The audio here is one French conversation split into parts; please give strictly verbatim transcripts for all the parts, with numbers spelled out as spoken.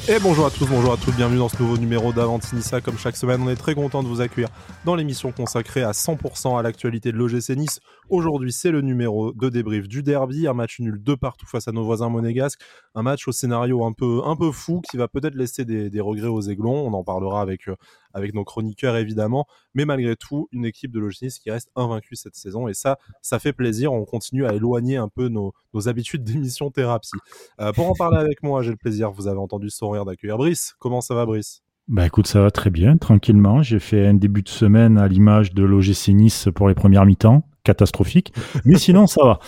Et bonjour à tous, bonjour à toutes, bienvenue dans ce nouveau numéro d'Avantinissa. Comme chaque semaine, on est très content de vous accueillir dans l'émission consacrée à cent pour cent à l'actualité de l'O G C Nice. Aujourd'hui, c'est le numéro de débrief du derby, un match nul de partout face à nos voisins monégasques, un match au scénario un peu, un peu fou qui va peut-être laisser des, des regrets aux Aiglons. On en parlera avec, euh, avec nos chroniqueurs évidemment, mais malgré tout, une équipe de l'O G C Nice qui reste invaincue cette saison et ça, ça fait plaisir. On continue à éloigner un peu nos, nos habitudes d'émission thérapie. Euh, pour en parler avec moi, j'ai le plaisir, vous avez entendu son rire, d'accueillir Brice. Comment ça va, Brice ? Bah écoute, ça va très bien, tranquillement. J'ai fait un début de semaine à l'image de l'O G C Nice pour les premières mi-temps, catastrophique, mais sinon ça va.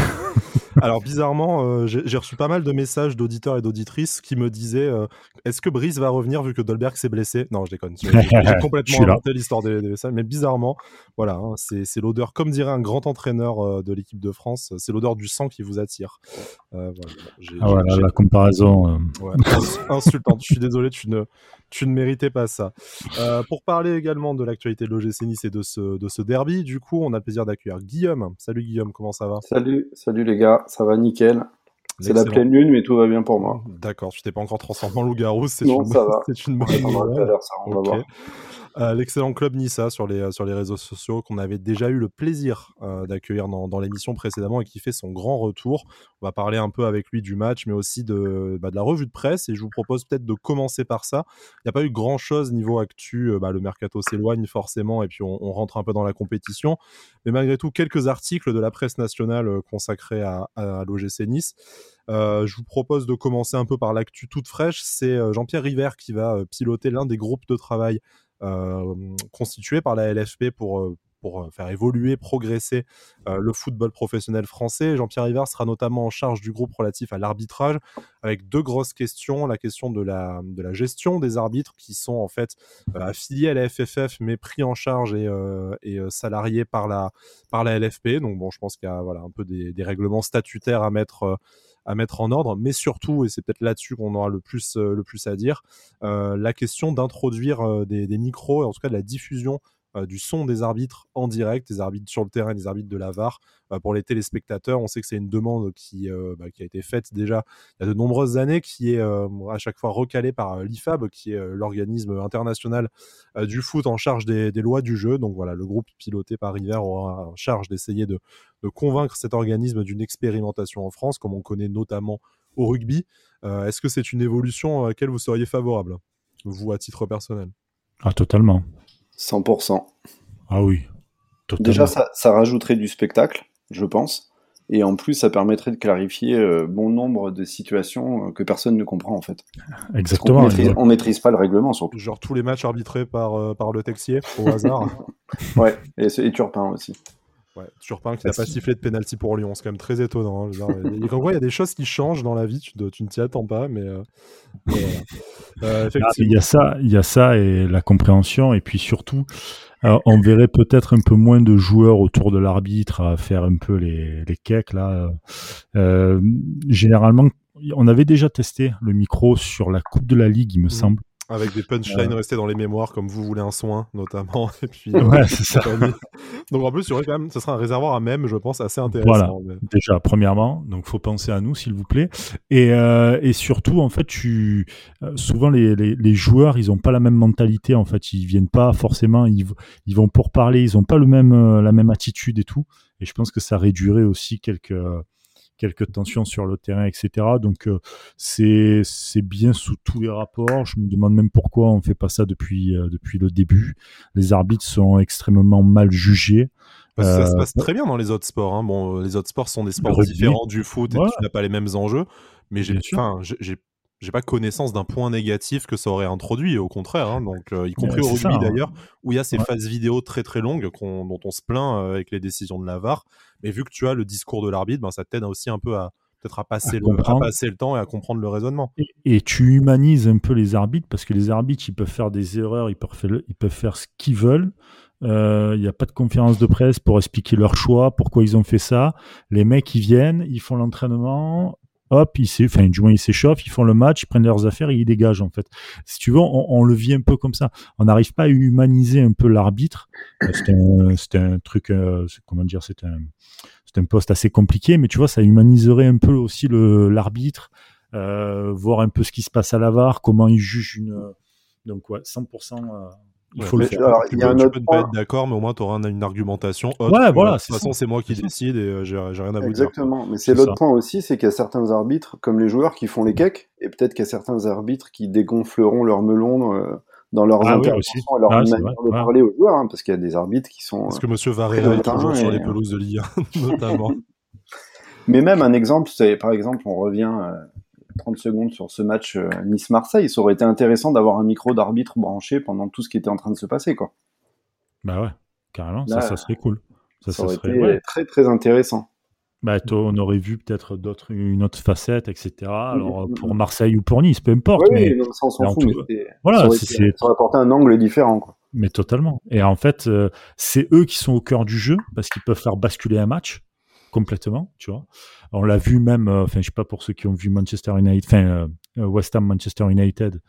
Alors bizarrement, euh, j'ai, j'ai reçu pas mal de messages d'auditeurs et d'auditrices qui me disaient euh, est-ce que Brice va revenir vu que Dolberg s'est blessé ? Non, je déconne. J'ai, j'ai complètement inventé l'histoire des, des messages, mais bizarrement, voilà, hein, c'est, c'est l'odeur, comme dirait un grand entraîneur euh, de l'équipe de France, c'est l'odeur du sang qui vous attire. Euh, voilà, j'ai, ah voilà, j'ai, la comparaison. Euh... Ouais, insultante. Je suis désolé, tu ne, tu ne méritais pas ça. Euh, pour parler également de l'actualité de l'O G C Nice et de ce, de ce derby, du coup, on a le plaisir d'accueillir Guillaume. Salut Guillaume, comment ça va ? Salut, salut les gars, ça va nickel. C'est la pleine lune, mais tout va bien pour moi. D'accord, tu t'es pas encore transformé en loup-garou, c'est non, une, ça va. C'est une bonne nouvelle. On va ça, on okay. va voir. Euh, l'excellent club Nissa sur les, sur les réseaux sociaux qu'on avait déjà eu le plaisir euh, d'accueillir dans, dans l'émission précédemment et qui fait son grand retour. On va parler un peu avec lui du match, mais aussi de, bah, de la revue de presse et je vous propose peut-être de commencer par ça. Il n'y a pas eu grand-chose niveau actu, euh, bah, le mercato s'éloigne forcément et puis on, on rentre un peu dans la compétition, mais malgré tout quelques articles de la presse nationale euh, consacrés à, à l'O G C Nice. Euh, je vous propose de commencer un peu par l'actu toute fraîche. C'est euh, Jean-Pierre River qui va euh, piloter l'un des groupes de travail Euh, constitué par la L F P pour, euh, pour faire évoluer, progresser euh, le football professionnel français. Jean-Pierre River sera notamment en charge du groupe relatif à l'arbitrage, avec deux grosses questions. La question de la, de la gestion des arbitres qui sont en fait euh, affiliés à la F F F, mais pris en charge et, euh, et euh, salariés par la, par la L F P. Donc bon, je pense qu'il y a voilà, un peu des, des règlements statutaires à mettre... Euh, à mettre en ordre, mais surtout, et c'est peut-être là-dessus qu'on aura le plus, euh, le plus à dire, euh, la question d'introduire euh, des, des micros, et en tout cas de la diffusion euh, du son des arbitres en direct, des arbitres sur le terrain, des arbitres de la V A R, euh, pour les téléspectateurs. On sait que c'est une demande qui, euh, bah, qui a été faite déjà il y a de nombreuses années, qui est euh, à chaque fois recalée par euh, l'I F A B, qui est euh, l'organisme international euh, du foot en charge des, des lois du jeu. Donc voilà, le groupe piloté par River aura en charge d'essayer de de convaincre cet organisme d'une expérimentation en France, comme on connaît notamment au rugby. Euh, est-ce que c'est une évolution à laquelle vous seriez favorable, vous, à titre personnel ? Ah, totalement. cent pour cent. Ah oui, totalement. Déjà, ça, ça rajouterait du spectacle, je pense. Et en plus, ça permettrait de clarifier euh, bon nombre de situations euh, que personne ne comprend, en fait. Exactement. On maîtrise, on maîtrise pas le règlement, surtout. Genre tous les matchs arbitrés par, euh, par le Texier, au hasard. Ouais, et, et Turpin aussi. Ouais, Turpin qui n'a pas sifflé de pénalty pour Lyon, c'est quand même très étonnant. Hein. Genre, il, y a, il y a des choses qui changent dans la vie, tu, tu ne t'y attends pas, mais, euh, mais voilà. Euh, effectivement. Il y a ça, il y a ça et la compréhension, et puis surtout, alors, on verrait peut-être un peu moins de joueurs autour de l'arbitre à faire un peu les, les cakes là. Euh, généralement, on avait déjà testé le micro sur la Coupe de la Ligue, il me mmh. semble. Avec des punchlines euh... restés dans les mémoires, comme vous voulez un soin, notamment. Et puis, ouais, euh, c'est ça. Donc en plus, il y aurait quand même, ce sera un réservoir à mème, je pense, assez intéressant. Voilà. Mais... Déjà, premièrement, donc faut penser à nous, s'il vous plaît. Et, euh, et surtout, en fait, tu, souvent les, les, les joueurs, ils ont pas la même mentalité. En fait, ils viennent pas forcément, ils, ils vont pour parler, ils ont pas le même, la même attitude et tout. Et je pense que ça réduirait aussi quelques. quelques tensions sur le terrain, et cetera. Donc, euh, c'est, c'est bien sous tous les rapports. Je me demande même pourquoi on ne fait pas ça depuis, euh, depuis le début. Les arbitres sont extrêmement mal jugés. Parce que ça euh, se passe très bien dans les autres sports. Hein. Bon, les autres sports sont des sports différents du foot et ouais. Tu n'as pas les mêmes enjeux. Mais j'ai, j'ai, j'ai, j'ai pas connaissance d'un point négatif que ça aurait introduit, au contraire. Hein. Donc, euh, y compris ouais, au rugby ça, d'ailleurs, hein. Où il y a ces ouais. phases vidéo très très longues qu'on, dont on se plaint euh, avec les décisions de la V A R. Mais vu que tu as le discours de l'arbitre, ben, ça t'aide aussi un peu à peut-être à passer, à, le, à passer le temps et à comprendre le raisonnement. Et, et tu humanises un peu les arbitres, parce que les arbitres, ils peuvent faire des erreurs, ils peuvent faire, ils peuvent faire ce qu'ils veulent. Il euh, n'y a pas de conférence de presse pour expliquer leur choix, pourquoi ils ont fait ça. Les mecs, ils viennent, ils font l'entraînement, hop, ils enfin, du moins ils s'échauffent, ils font le match, ils prennent leurs affaires et ils dégagent, en fait. Si tu veux, on, on le vit un peu comme ça. On n'arrive pas à humaniser un peu l'arbitre. C'est un, c'est un truc, euh, c'est, comment dire, c'est un... C'est un poste assez compliqué, mais tu vois, ça humaniserait un peu aussi le, l'arbitre. euh, voir un peu ce qui se passe à la V A R, comment ils jugent une. Donc ouais, cent pour cent. Euh, il Ouais, faut le mais faire. tu, Alors, tu il y a peux, un tu autre peux ne pas point. être d'accord, mais au moins tu auras une argumentation autre. Ouais, que, voilà, de toute c'est façon, ça. c'est moi qui C'est ça. décide et euh, j'ai j'ai rien à vous dire. Quoi. Exactement, mais c'est C'est l'autre ça. point aussi, c'est qu'il y a certains arbitres, comme les joueurs, qui font les cakes, et peut-être qu'il y a certains arbitres qui dégonfleront leur melon euh, dans leurs Ah oui, aussi. interventions et leur Ah, c'est vrai. manière de Ouais. parler aux joueurs, hein, parce qu'il y a des arbitres qui sont Est-ce euh, que Monsieur très Varela est toujours hautains. sur les Et... pelouses de Ligue un, notamment? Mais même un exemple, c'est par exemple, on revient euh, trente secondes sur ce match euh, Nice-Marseille, ça aurait été intéressant d'avoir un micro d'arbitre branché pendant tout ce qui était en train de se passer, quoi. Bah ouais, carrément, ça, ça Là, serait cool. Ça, ça ça aurait serait. Ouais. été très très intéressant. Bah, toi, on aurait vu peut-être d'autres, une autre facette, et cetera. Mm, Alors, mm, pour mm. Marseille ou pour Nice, peu Oui, importe, oui, mais, non, ça on s'en mais en fout, tout, mais c'était- ça voilà, aurait c'est, été- c'est- ça aurait apporté un angle différent, quoi. mais totalement. Et en fait, euh, c'est eux qui sont au cœur du jeu parce qu'ils peuvent faire basculer un match complètement, tu vois. On l'a vu même, euh, enfin, je sais pas pour ceux qui ont vu Manchester United, enfin, euh, West Ham, Manchester United,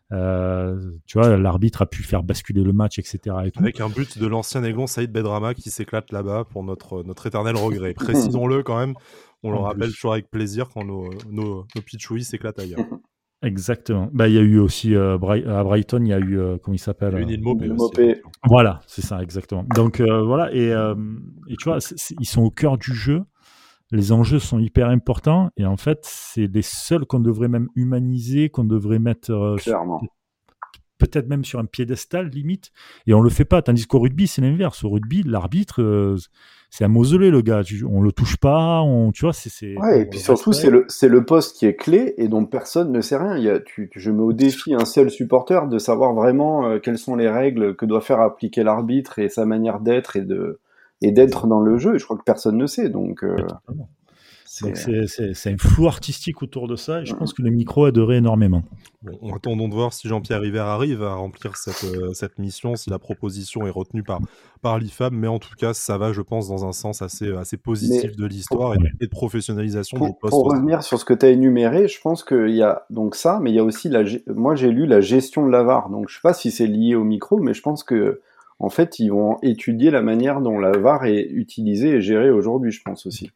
euh, tu vois, l'arbitre a pu faire basculer le match, et cetera. Et tout. Avec un but de l'ancien Aiglon Saïd Bedrama qui s'éclate là-bas pour notre, notre éternel regret. Précisons-le quand même, on le En rappelle plus. toujours avec plaisir quand nos, nos, nos pitchouis s'éclatent ailleurs. Exactement. Bah, il y a eu aussi euh, Bri- à Brighton, il y a eu euh, comment il s'appelle Il y a eu euh, Neil Maupay aussi. Mopé. attention. Voilà, c'est ça, exactement. Donc euh, voilà, et, euh, et tu vois, c'est- c'est- ils sont au cœur du jeu. Les enjeux sont hyper importants, et en fait, c'est les seuls qu'on devrait même humaniser, qu'on devrait mettre euh, su- Clairement. peut-être même sur un piédestal limite, et on le fait pas. Tandis qu'au rugby, c'est l'inverse. Au rugby, l'arbitre, euh, c'est un mausolée, le gars. Tu- On le touche pas, on, tu vois, c'est, c'est Ouais, et on puis le surtout, c'est respecte. le, c'est le poste qui est clé et dont personne ne sait rien. Il y a, tu, tu- je mets au défi un seul supporter de savoir vraiment euh, quelles sont les règles que doit faire appliquer l'arbitre et sa manière d'être et de et d'être dans le jeu. Et je crois que personne ne sait. Donc, euh, Mais totalement. c'est... Donc c'est, c'est, c'est un flou artistique autour de ça, et je pense que les micros aideraient énormément. Bon, on attendons de voir si Jean-Pierre River arrive à remplir cette, euh, cette mission, si la proposition est retenue par, par l'I F A B, mais en tout cas, ça va, je pense, dans un sens assez, assez positif Mais de l'histoire et, Ouais. et de professionnalisation du Pour, poste pour aussi. revenir sur ce que tu as énuméré, je pense qu'il y a donc ça, mais il y a aussi la. gé- Moi, j'ai lu la gestion de la V A R. Donc, je sais pas si c'est lié au micro, mais je pense que en fait, ils vont étudier la manière dont la V A R est utilisée et gérée aujourd'hui. Je pense aussi.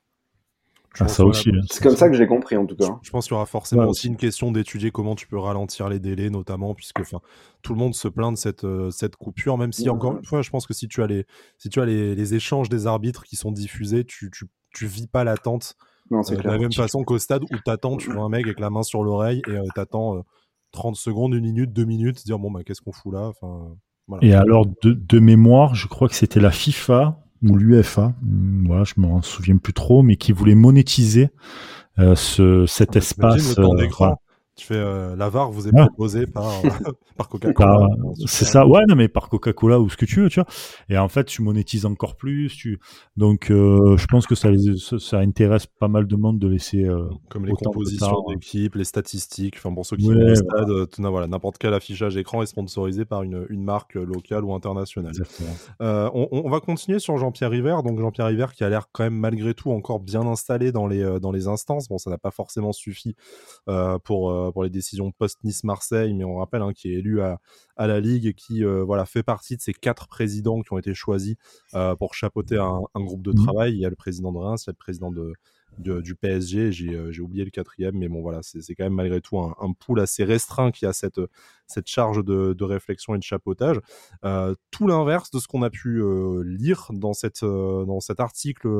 Je Ah, pense ça qu'il y aura- aussi. hein, C'est ça comme aussi. ça que j'ai compris, en tout Je, cas. je pense qu'il y aura forcément Ouais, aussi aussi. une question d'étudier comment tu peux ralentir les délais, notamment, puisque enfin, tout le monde se plaint de cette, euh, cette coupure, même si, encore une fois, je pense que si tu as les, si tu as les, les échanges des arbitres qui sont diffusés, tu, tu, tu vis pas l'attente Non, c'est euh, de clair. la même façon qu'au stade où t'attends, tu vois un mec avec la main sur l'oreille et euh, t'attends euh, trente secondes, une minute, deux minutes, dire bon, bah, qu'est-ce qu'on fout là enfin, voilà. Et alors, de, de mémoire, je crois que c'était la FIFA ou l'U F A, hum, voilà, je m'en souviens plus trop, mais qui voulait monétiser euh, ce, cet Ah, bah, t'imagines espace. le temps euh, d'écran voilà. Tu fais euh, la V A R vous est Ouais. proposé par, par Coca-Cola. Par- Enfin, c'est super. ça, ouais, non, mais par Coca-Cola ou ce que tu veux, tu vois. Et en fait, tu monétises encore plus. Tu... Donc, euh, je pense que ça, les- ça, ça intéresse pas mal de monde de laisser euh, Comme les autant de compositions temps. d'équipe, les statistiques, enfin pour ceux qui Ouais, vont au voilà, stade, euh, tout- voilà, n'importe quel affichage écran est sponsorisé par une, une marque euh, locale ou internationale. exactement. Euh, on, on va continuer sur Jean-Pierre River. Donc Jean-Pierre River qui a l'air quand même malgré tout encore bien installé dans les, euh, dans les instances. Bon, ça n'a pas forcément suffi euh, pour, euh, pour les décisions post-Nice-Marseille, mais on rappelle hein, qui est élu à, à la Ligue et qui euh, voilà, fait partie de ces quatre présidents qui ont été choisis euh, pour chapeauter un, un groupe de Mhm. travail. Il y a le président de Reims, il y a le président de, de- du P S G, j'ai euh, j'ai oublié le quatrième, mais bon voilà, c'est c'est quand même malgré tout un, un pool assez restreint qui a cette, cette charge de, de réflexion et de chapeautage. Euh, tout l'inverse de ce qu'on a pu euh, lire dans, cette, euh, dans cet article.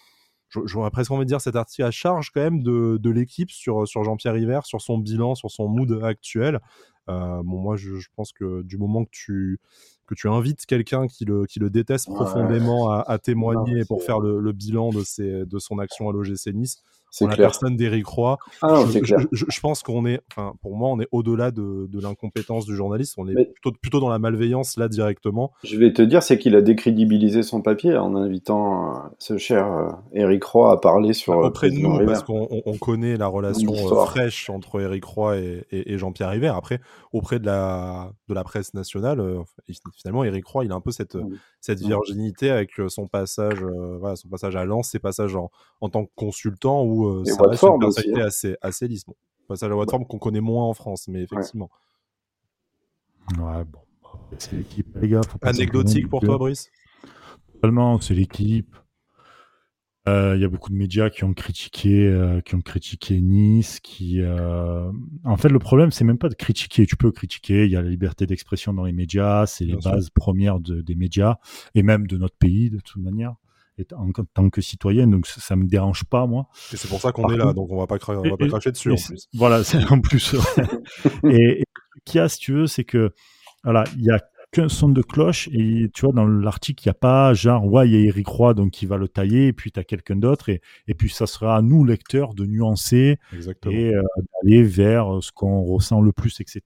Je- J'aurais presque envie de dire cet article à charge quand même de, de l'équipe sur, sur Jean-Pierre River, sur son bilan, sur son mood actuel. Euh, bon, moi, je, je pense que du moment que tu, que tu invites quelqu'un qui le, qui le déteste Ouais. profondément à, à témoigner Non, et pour c'est- faire le, le bilan de, ses, de son action à l'O G C Nice, C'est en la clair. personne d'Éric Roy, Ah non, je, c'est je, clair. je- je pense qu'on est, enfin, pour moi, on est au-delà de, de l'incompétence du journaliste. On est Mais plutôt, plutôt dans la malveillance là directement. je vais te dire, c'est qu'il a décrédibilisé son papier en invitant euh, ce cher euh, Éric Roy à parler Bah, sur euh, auprès de Président nous, River. parce qu'on on- on connaît la relation euh, L'histoire. fraîche entre Éric Roy et, et- et Jean-Pierre River. Après, auprès de la, de la presse nationale, euh, finalement, Éric Roy, il a un peu cette, Mm. cette Mm. virginité avec euh, son passage, euh, voilà, son passage à Lens, ses passages en, en tant que consultant, où euh, Et ça reste une Watford aussi. personnalité Hein. assez, assez lisse. Bon, passage à Bah, Watford qu'on connaît moins en France, mais ouais. effectivement. Ouais, bon, c'est l'équipe, les gars. Faut pas Anecdotique s'en pour plaindre. toi, Brice? Totalement, c'est l'équipe. Euh, il y a beaucoup de médias qui ont critiqué, euh, qui ont critiqué Nice. Qui, euh... en fait, le problème, c'est même pas de critiquer. Tu peux critiquer. Il y a la liberté d'expression dans les médias. C'est les Bien bases sûr. premières de, des médias et même de notre pays de toute manière. Et en tant que citoyenne, donc ça, ça me dérange pas moi. Et c'est pour ça qu'on Par est là, contre, donc on va pas, cra- on et, va pas et, cracher dessus et en c'est- plus. voilà, c'est en plus. Ouais. et, et ce qu'il y a, si tu veux, c'est que voilà, il y a qu'un son de cloche et tu vois dans l'article il y a pas genre ouais il y a Eric Roy donc qui va le tailler et puis tu as quelqu'un d'autre et, et puis ça sera à nous lecteurs de nuancer Exactement. et euh, d'aller vers ce qu'on ressent le plus, etc.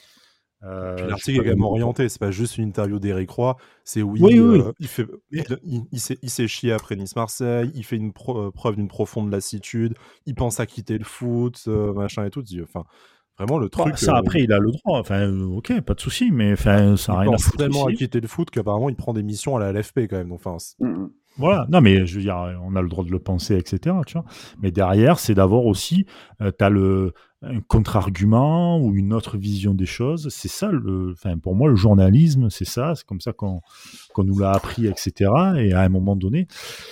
Et puis Euh, je sais l'article pas est quand même le- orienté, c'est pas juste une interview d'Éric Roy, c'est oui, oui oui, oui. euh, il, fait, Mais- il, il- il s'est, il s'est chié après Nice-Marseille, il fait une pro- euh, preuve d'une profonde lassitude, il pense à quitter le foot, euh, machin et tout. Tu dis, Enfin, vraiment le Bon, truc, ça euh, après il a le droit, enfin euh, ok pas de souci, mais enfin ça il n'a rien à pense foutre tellement à ici. quitter le foot qu'apparemment il prend des missions à la L F P quand même. Donc, enfin, c'est- Mm, mm. Voilà, non mais je veux dire, on a le droit de le penser, et cetera. Tu vois. Mais derrière, c'est d'avoir aussi, euh, t'as le un contre-argument ou une autre vision des choses. C'est ça, le, enfin pour moi, le journalisme, c'est ça, c'est comme ça qu'on qu'on nous l'a appris, et cetera. Et à un moment donné,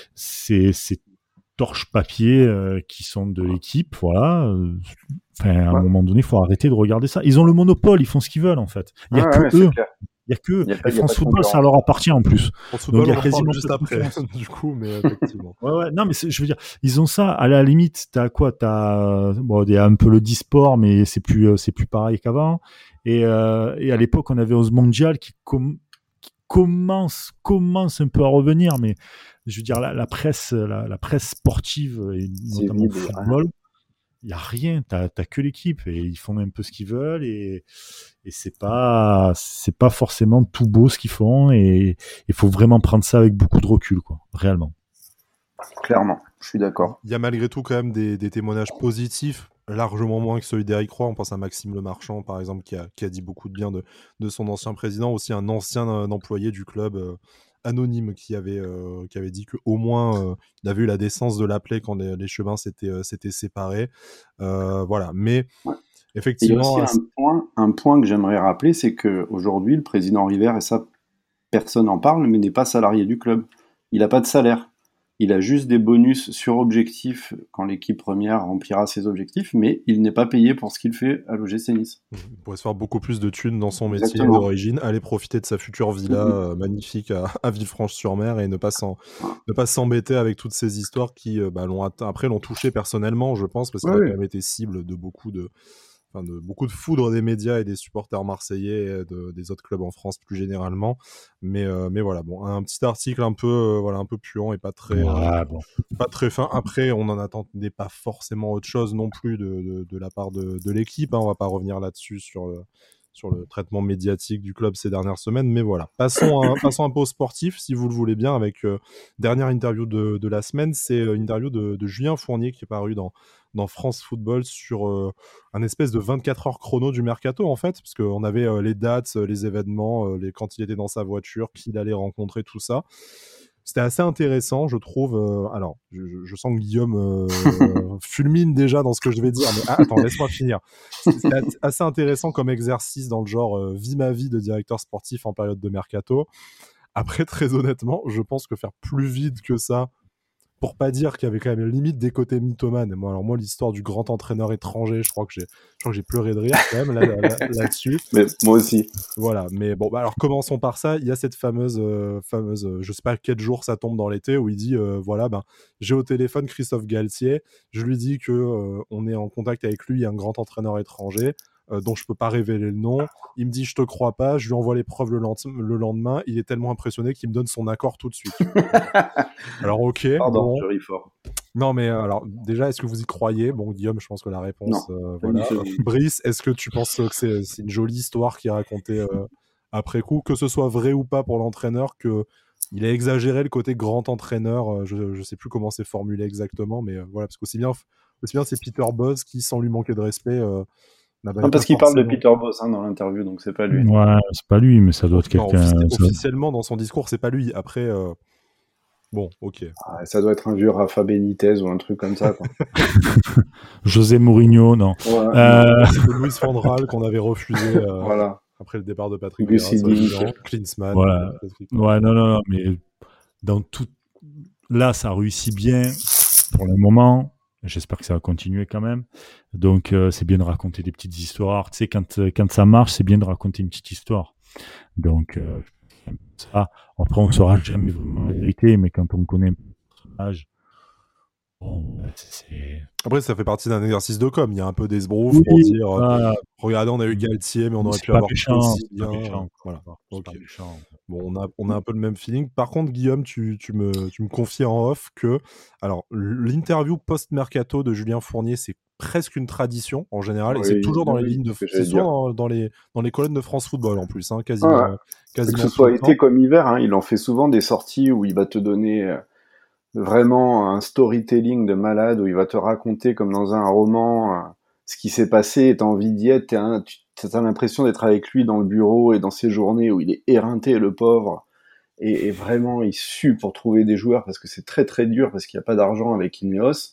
c'est ces torches papier euh, qui sont de l'équipe, voilà. euh, Enfin, à un Ouais. moment donné, il faut arrêter de regarder ça. Ils ont le monopole, ils font ce qu'ils veulent en fait. Il y a Ouais, que ouais, eux. c'est clair. Il y a que Il y a pas- et il y a France pas de Football, ça concurrence. leur appartient en plus. pour le Donc football, il y a on en parle quasiment juste pas de après, concurrence. du coup, mais effectivement. Ouais, ouais, non, mais c'est- je veux dire, ils ont ça. À la limite, t'as quoi? T'as, bon, il y a un peu le e-sport, mais c'est plus, euh, c'est plus pareil qu'avant. Et, euh, et à l'époque, on avait Ose Mondial qui, com- qui commence, commence un peu à revenir, mais je veux dire, la, la presse, la, la presse sportive et C'est notamment vide, il y a rien. football, il y a rien. T'as, t'as que l'équipe et ils font un peu ce qu'ils veulent et, et c'est pas, c'est pas forcément tout beau ce qu'ils font et il faut vraiment prendre ça avec beaucoup de recul, quoi, réellement. Clairement, je suis d'accord. Il y a malgré tout quand même des, des témoignages positifs, largement moins que celui d'Éric Roy. On pense à Maxime Lemarchand, par exemple, qui a, qui a dit beaucoup de bien de, de son ancien président, aussi un ancien euh, employé du club euh, anonyme qui avait, euh, qui avait dit qu'au moins euh, il avait eu la décence de l'appeler quand les, les chemins s'étaient, euh, s'étaient séparés. Euh, voilà, mais Ouais. Et il y a effectivement, aussi à- un point, un point que j'aimerais rappeler, c'est qu'aujourd'hui, le président River, et ça, personne n'en parle, mais n'est pas salarié du club. Il n'a pas de salaire. Il a juste des bonus sur objectif quand l'équipe première remplira ses objectifs, mais il n'est pas payé pour ce qu'il fait à l'O G C Nice. il pourrait se faire beaucoup plus de thunes dans son métier Exactement. d'origine, aller profiter de sa future villa Mhm. euh, magnifique à, à Villefranche-sur-Mer et ne pas s'en, ne pas s'embêter avec toutes ces histoires qui euh, bah, l'ont atteint- après l'ont touché personnellement, je pense, parce qu'il Ouais, a ouais. quand même été cible de beaucoup de, enfin, de beaucoup de foudre des médias et des supporters marseillais et de, des autres clubs en France plus généralement. Mais, euh, mais voilà, bon, un petit article un peu, euh, voilà, un peu puant et pas très, euh, Ouais, bon. pas très fin. Après, on n'en attendait pas forcément autre chose non plus de, de, de la part de, de l'équipe. Hein. On va pas revenir là-dessus sur le, sur le traitement médiatique du club ces dernières semaines. Mais voilà, passons, à, passons un peu au sportif, si vous le voulez bien, avec euh, dernière interview de, de la semaine. C'est une interview de, de Julien Fournier qui est paru dans, dans France Football sur euh, un espèce de vingt-quatre heures chrono du mercato, en fait, parce qu'on avait euh, les dates, euh, les événements, euh, les, quand il était dans sa voiture, qui il allait rencontrer, tout ça. C'était assez intéressant, je trouve. Euh, alors, je, je- je sens que Guillaume euh, fulmine déjà dans ce que je vais dire, mais ah, attends, laisse-moi finir. C'était at- assez intéressant comme exercice dans le genre euh, vie ma vie de directeur sportif en période de mercato. Après, très honnêtement, je pense que faire plus vite que ça, pour pas dire qu'il y avait quand même limite des côtés mythomanes. Et moi, alors moi, l'histoire du grand entraîneur étranger, je crois que j'ai, je crois que j'ai pleuré de rire quand même là, là- là- là-dessus. Mais moi aussi. Voilà, mais bon, bah alors commençons par ça. Il y a cette fameuse, euh, fameuse, euh, je sais pas quel jour ça tombe dans l'été, où il dit, euh, voilà, ben j'ai au téléphone Christophe Galtier, je lui dis que euh, on est en contact avec lui, un grand entraîneur étranger, euh, dont je peux pas révéler le nom. Il me dit, je te crois pas, je lui envoie les preuves le, lend- le lendemain. Il est tellement impressionné qu'il me donne son accord tout de suite. Alors ok, Pardon, bon. je ris fort. Non, mais euh, alors déjà, est-ce que vous y croyez? Bon, Guillaume, je pense que la réponse, euh, pas voilà. une seconde. Brice, est-ce que tu penses que c'est c'est une jolie histoire qui est racontée euh, après coup, que ce soit vrai ou pas pour l'entraîneur, que il a exagéré le côté grand entraîneur, euh, je, je sais plus comment c'est formulé exactement, mais euh, voilà, parce qu'aussi bien, aussi bien c'est Peter Bosz qui, sans lui manquer de respect, euh, n'a Non, parce pas qu'il parle de forcément- Peter Bosz hein, dans l'interview, donc c'est pas lui. Ouais, c'est pas lui, mais ça doit être Non, quelqu'un. offici- ça- officiellement, dans son discours, c'est pas lui. Après, euh, bon, ok. Ah, ça doit être un vieux Rafa Benitez ou un truc comme ça. Quoi. José Mourinho, non. Ouais, Euh, C'est Luis Van Gaal qu'on avait refusé euh, Voilà. après le départ de Patrick Gus Vieira, Hiddink. soi-disant. Klinsmann. Voilà. Patrick- Ouais, non, non, non, mais dans tout. là, ça réussit bien pour le moment. J'espère que ça va continuer quand même. Donc, euh, c'est bien de raconter des petites histoires. Tu sais, quand, quand ça marche, c'est bien de raconter une petite histoire. Donc, euh, ça, après, on ne saura jamais vraiment la vérité, mais quand on connaît un personnage, bon, c'est... Après, ça fait partie d'un exercice de com. Il y a un peu d'esbrouf Oui, pour dire bah, euh, regardez, on a eu Galtier, mais on aurait c'est pu pas avoir méchant, aussi c'est pas bien. méchant. Voilà. C'est Ok. pas méchant. Bon, on a, on a un peu le même feeling. Par contre, Guillaume, tu, tu, me, tu me confies en off que alors l'interview post-mercato de Julien Fournier, c'est presque une tradition en général, et c'est Oui, toujours dans les oui, lignes de, c'est ce que c'est j'allais dire. souvent dans, dans les dans les colonnes de France Football en plus, hein, Ah ouais. quasiment, Que quasiment ce tout soit le été temps. comme hiver, hein, il en fait souvent des sorties où il va te donner euh, vraiment un storytelling de malade, où il va te raconter comme dans un roman euh, ce qui s'est passé, et t'as envie d'y être, t'as un- tu as l'impression d'être avec lui dans le bureau et dans ces journées où il est éreinté, le pauvre, et, et vraiment il sue pour trouver des joueurs parce que c'est très très dur, parce qu'il n'y a pas d'argent avec Ineos.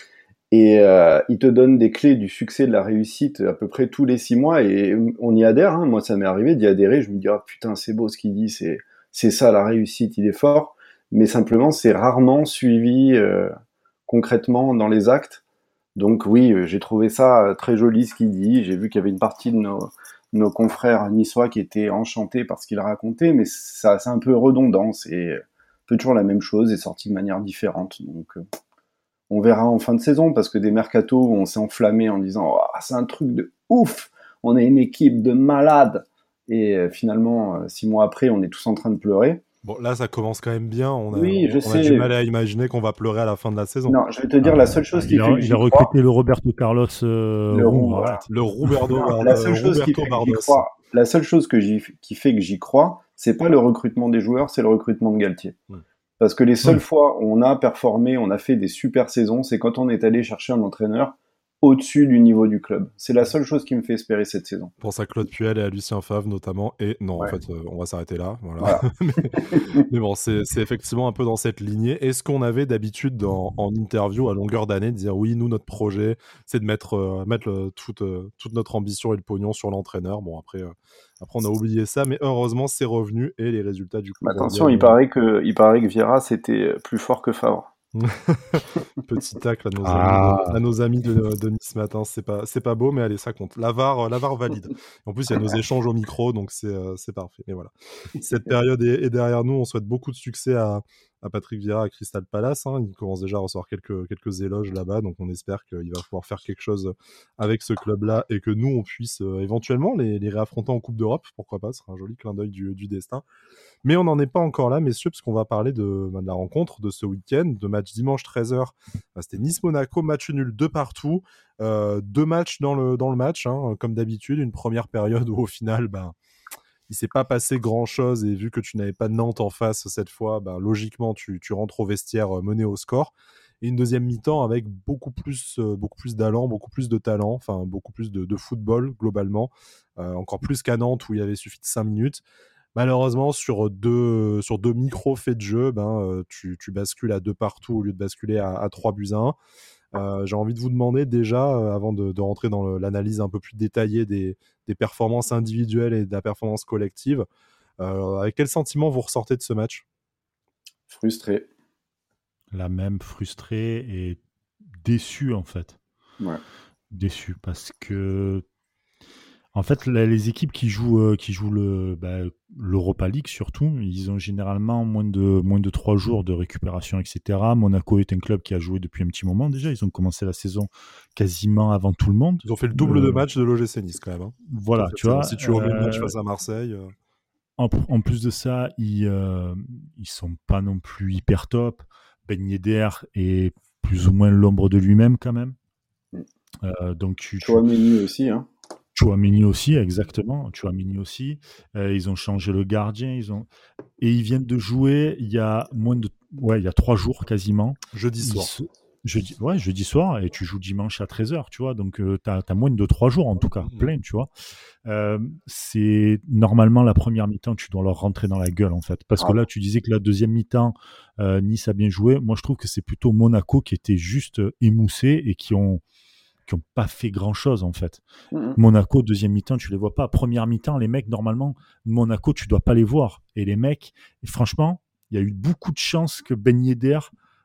Et euh, il te donne des clés du succès, de la réussite à peu près tous les six mois, et on y adhère, hein. Moi ça m'est arrivé d'y adhérer, je me dis ah putain c'est beau ce qu'il dit, c'est c'est ça la réussite, il est fort, mais simplement c'est rarement suivi euh, concrètement dans les actes. Donc oui, euh, j'ai trouvé ça euh, très joli ce qu'il dit, j'ai vu qu'il y avait une partie de nos, nos confrères niçois qui étaient enchantés par ce qu'il racontait, mais ça c'est un peu redondant, c'est un peu toujours la même chose et sorti de manière différente, donc... Euh, on verra en fin de saison, parce que des mercatos où on s'est enflammé en disant oh, c'est un truc de ouf, on est une équipe de malades, et euh, finalement euh, six mois après on est tous en train de pleurer. Bon, là, ça commence quand même bien. On a, Oui, on, je on a du sais. mal à imaginer qu'on va pleurer à la fin de la saison. Non, je vais te dire Ah, la seule ah, chose qui il, fait a, que il a j'y crois. recruté le Roberto Carlos euh, Le Roux, roux, voilà. arrête. Le Roberto, Non, Bard- la seule chose qui Roberto fait que j'y Bardos. crois, la seule chose que j'y, qui fait que j'y crois, c'est pas le recrutement des joueurs, c'est le recrutement de Galtier. Hmm. Parce que les seules Oui. fois où on a performé, on a fait des super saisons, c'est quand on est allé chercher un entraîneur au-dessus du niveau du club. C'est la seule chose qui me fait espérer cette saison. Pense à Claude Puel et à Lucien Favre notamment. Et non, Ouais. en fait, euh, on va s'arrêter là. Voilà. Voilà. mais, mais bon, c'est c'est effectivement un peu dans cette lignée. Est-ce qu'on avait d'habitude dans- en interview à longueur d'année de dire oui, nous, notre projet, c'est de mettre, euh, mettre le- toute, euh, toute notre ambition et le pognon sur l'entraîneur. Bon, après, euh, après, on a oublié ça, mais heureusement, c'est revenu et les résultats du coup Mais attention, il reviennent. paraît que, il paraît que Vieira c'était plus fort que Favre. Petit tacle à nos amis de, Ah, à nos amis de, de Nice matin, c'est pas, c'est pas beau, mais allez, ça compte. La V A R, la V A R valide. En plus, il y a nos échanges au micro, donc c'est, euh, c'est parfait. Mais voilà, cette période est, est derrière nous. On souhaite beaucoup de succès à, à Patrick Vieira à Crystal Palace. Hein. Il commence déjà à recevoir quelques, quelques éloges là-bas, donc on espère qu'il va pouvoir faire quelque chose avec ce club-là et que nous, on puisse euh, éventuellement les, les réaffronter en Coupe d'Europe. Pourquoi pas, ce sera un joli clin d'œil du, du destin. Mais on n'en est pas encore là, messieurs, parce qu'on va parler de, bah, de la rencontre de ce week-end, de match dimanche treize heures. Bah, c'était Nice-Monaco, match nul de partout. Euh, deux matchs dans le, dans le match, hein, comme d'habitude. Une première période où, au final, bah, il ne s'est pas passé grand-chose. Et vu que tu n'avais pas Nantes en face cette fois, bah, logiquement, tu, tu rentres au vestiaire euh, mené au score. Et une deuxième mi-temps avec beaucoup plus, euh, beaucoup plus d'allant, beaucoup plus de talent, enfin beaucoup plus de, de football globalement. Euh, encore plus qu'à Nantes où il avait suffi de cinq minutes. Malheureusement, sur deux, sur deux micro-faits de jeu, ben, euh, tu, tu bascules à deux partout au lieu de basculer à, à trois buts à un. Euh, j'ai envie de vous demander déjà, euh, avant de, de rentrer dans le- l'analyse un peu plus détaillée des, des performances individuelles et de la performance collective, euh, avec quel sentiment vous ressortez de ce match? Frustré. la même frustré et déçu en fait. Ouais. Déçu parce que en fait la- les équipes qui jouent euh, qui jouent le bah, l'Europa League surtout, ils ont généralement moins de moins de trois jours de récupération, et cetera. Monaco est un club qui a joué depuis un petit moment déjà. Ils ont commencé la saison quasiment avant tout le monde. Ils ont fait le double Euh, de matchs de l'O G C Nice quand même. Hein, sur voilà, cette tu saison. vois. Si tu omets le match euh, face à Marseille. euh, En, en plus de ça, ils, euh, ils sont pas non plus hyper top. Ben Yedder est plus ou moins l'ombre de lui-même quand même. Euh, donc tu, tu Chouameni aussi, hein. Chouameni aussi, exactement. Chouameni aussi. Euh, ils ont changé le gardien. Ils ont et ils viennent de jouer il y a moins de ouais il y a trois jours quasiment. jeudi Ils soir. se- Jeudi, ouais, jeudi soir, et tu joues dimanche à treize heures, tu vois. Donc, euh, tu as moins de trois jours, en tout cas, Mhm. plein, tu vois. Euh, c'est normalement la première mi-temps, tu dois leur rentrer dans la gueule, en fait. Parce que Ah. là, tu disais que la deuxième mi-temps, euh, Nice a bien joué. Moi, je trouve que c'est plutôt Monaco qui était juste euh, émoussé et qui ont, qui ont pas fait grand-chose, en fait. Mhm. Monaco, deuxième mi-temps, tu les vois pas. Première mi-temps, les mecs, normalement, Monaco, tu dois pas les voir. Et les mecs, et franchement, il y a eu beaucoup de chances que Ben Yedder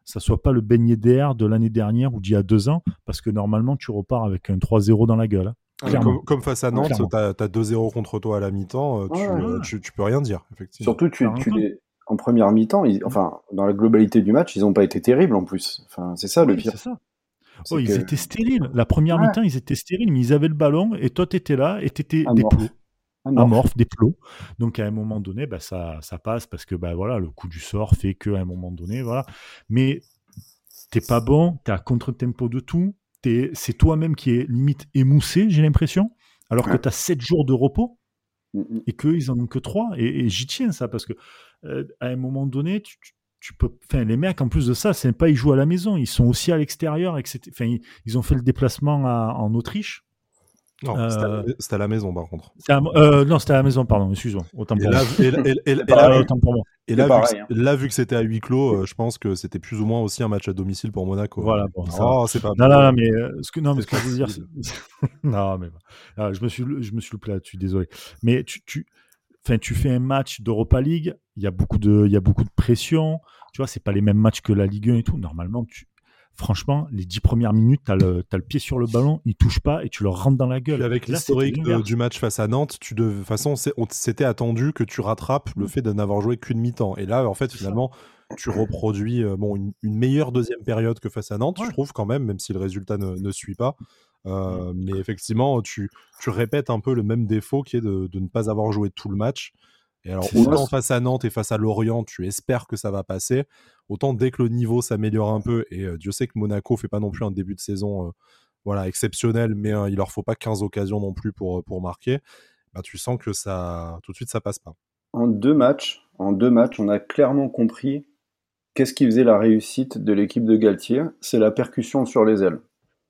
ça soit pas le Ben Yedder de l'année dernière ou d'il y a deux ans, parce que normalement, tu repars avec un trois zéro dans la gueule. Hein. Ah, comme, comme face à Nantes, tu as deux zéro contre toi à la mi-temps, tu, ouais, euh, ouais. tu, tu peux rien dire, effectivement. Surtout, tu, tu les... en première mi-temps, ils... enfin, dans la globalité du match, ils n'ont pas été terribles en plus. Enfin, c'est ça oui, le pire. C'est ça. C'est oh, que... Ils étaient stériles. La première ouais. mi-temps, ils étaient stériles, mais ils avaient le ballon et toi, tu étais là et tu étais des plots. Amorphe. Amorphe, des plots. Donc à un moment donné, bah, ça, ça passe parce que bah, voilà, le coup du sort fait qu'à un moment donné, voilà. Mais t'es pas bon, t'es à contre-tempo de tout, t'es, c'est toi-même qui est limite émoussé, j'ai l'impression, alors ouais. que t'as sept jours de repos mm-hmm. et qu'eux, ils en ont que trois. Et, et j'y tiens ça parce que euh, à un moment donné, tu, tu, tu peux. Enfin, les mecs, en plus de ça, c'est pas ils jouent à la maison, ils sont aussi à l'extérieur. Et que enfin, ils, ils ont fait le déplacement à, en Autriche. Non, euh, c'était, à, c'était à la maison par contre. À, euh, non, c'était à la maison, pardon, excuse-moi. Autant pour moi. Et, et, et, et, et là, autant pour moi. Et là, pareil, vu, que, hein. là, vu que c'était à huis clos, euh, je pense que c'était plus ou moins aussi un match à domicile pour Monaco. Voilà. Bon, oh, c'est pas. Non, non, non, mais euh, ce que non, mais ce que je veux dire, c'est... non, mais ah, je me suis, je me suis loupé là-dessus, désolé. Mais tu, tu, enfin, tu fais un match d'Europa League, il y a beaucoup de, il y a beaucoup de pression. Tu vois, c'est pas les mêmes matchs que la Ligue un et tout. Normalement, tu franchement, les dix premières minutes, tu as le, le pied sur le ballon, ils ne touchent pas et tu leur rentres dans la gueule. Puis avec là, l'historique de, du match face à Nantes, tu de toute façon, c'est, on, c'était attendu que tu rattrapes le fait de n'avoir joué qu'une mi-temps. Et là, en fait, c'est finalement, ça. tu reproduis euh, bon, une, une meilleure deuxième période que face à Nantes, ouais. je trouve quand même, même si le résultat ne, ne suit pas. Euh, ouais. Mais effectivement, tu, tu répètes un peu le même défaut qui est de, de ne pas avoir joué tout le match. Et alors, c'est autant ça. Face à Nantes et face à Lorient, tu espères que ça va passer. Autant dès que le niveau s'améliore un peu, et euh, Dieu sait que Monaco fait pas non plus un début de saison euh, voilà, exceptionnel, mais euh, il leur faut pas quinze occasions non plus pour, pour marquer, bah, tu sens que ça, tout de suite, ça passe pas. En deux matchs, en deux matchs, on a clairement compris qu'est-ce qui faisait la réussite de l'équipe de Galtier, c'est la percussion sur les ailes.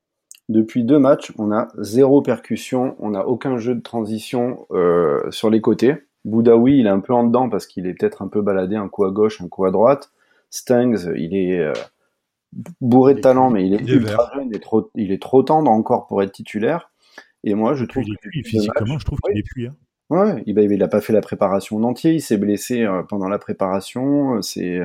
Depuis deux matchs, on a zéro percussion, on n'a aucun jeu de transition euh, sur les côtés. Boudaoui, il est un peu en dedans parce qu'il est peut-être un peu baladé, un coup à gauche, un coup à droite. Stengs, il est euh, bourré de talent, mais il est il ultra est jeune, il est, trop, il est trop tendre encore pour être titulaire. Et moi, je trouve il est cuit, physiquement, je trouve qu'il est cuit. Hein. Ouais, il, il a pas fait la préparation en entier, il s'est blessé euh, pendant la préparation, c'est,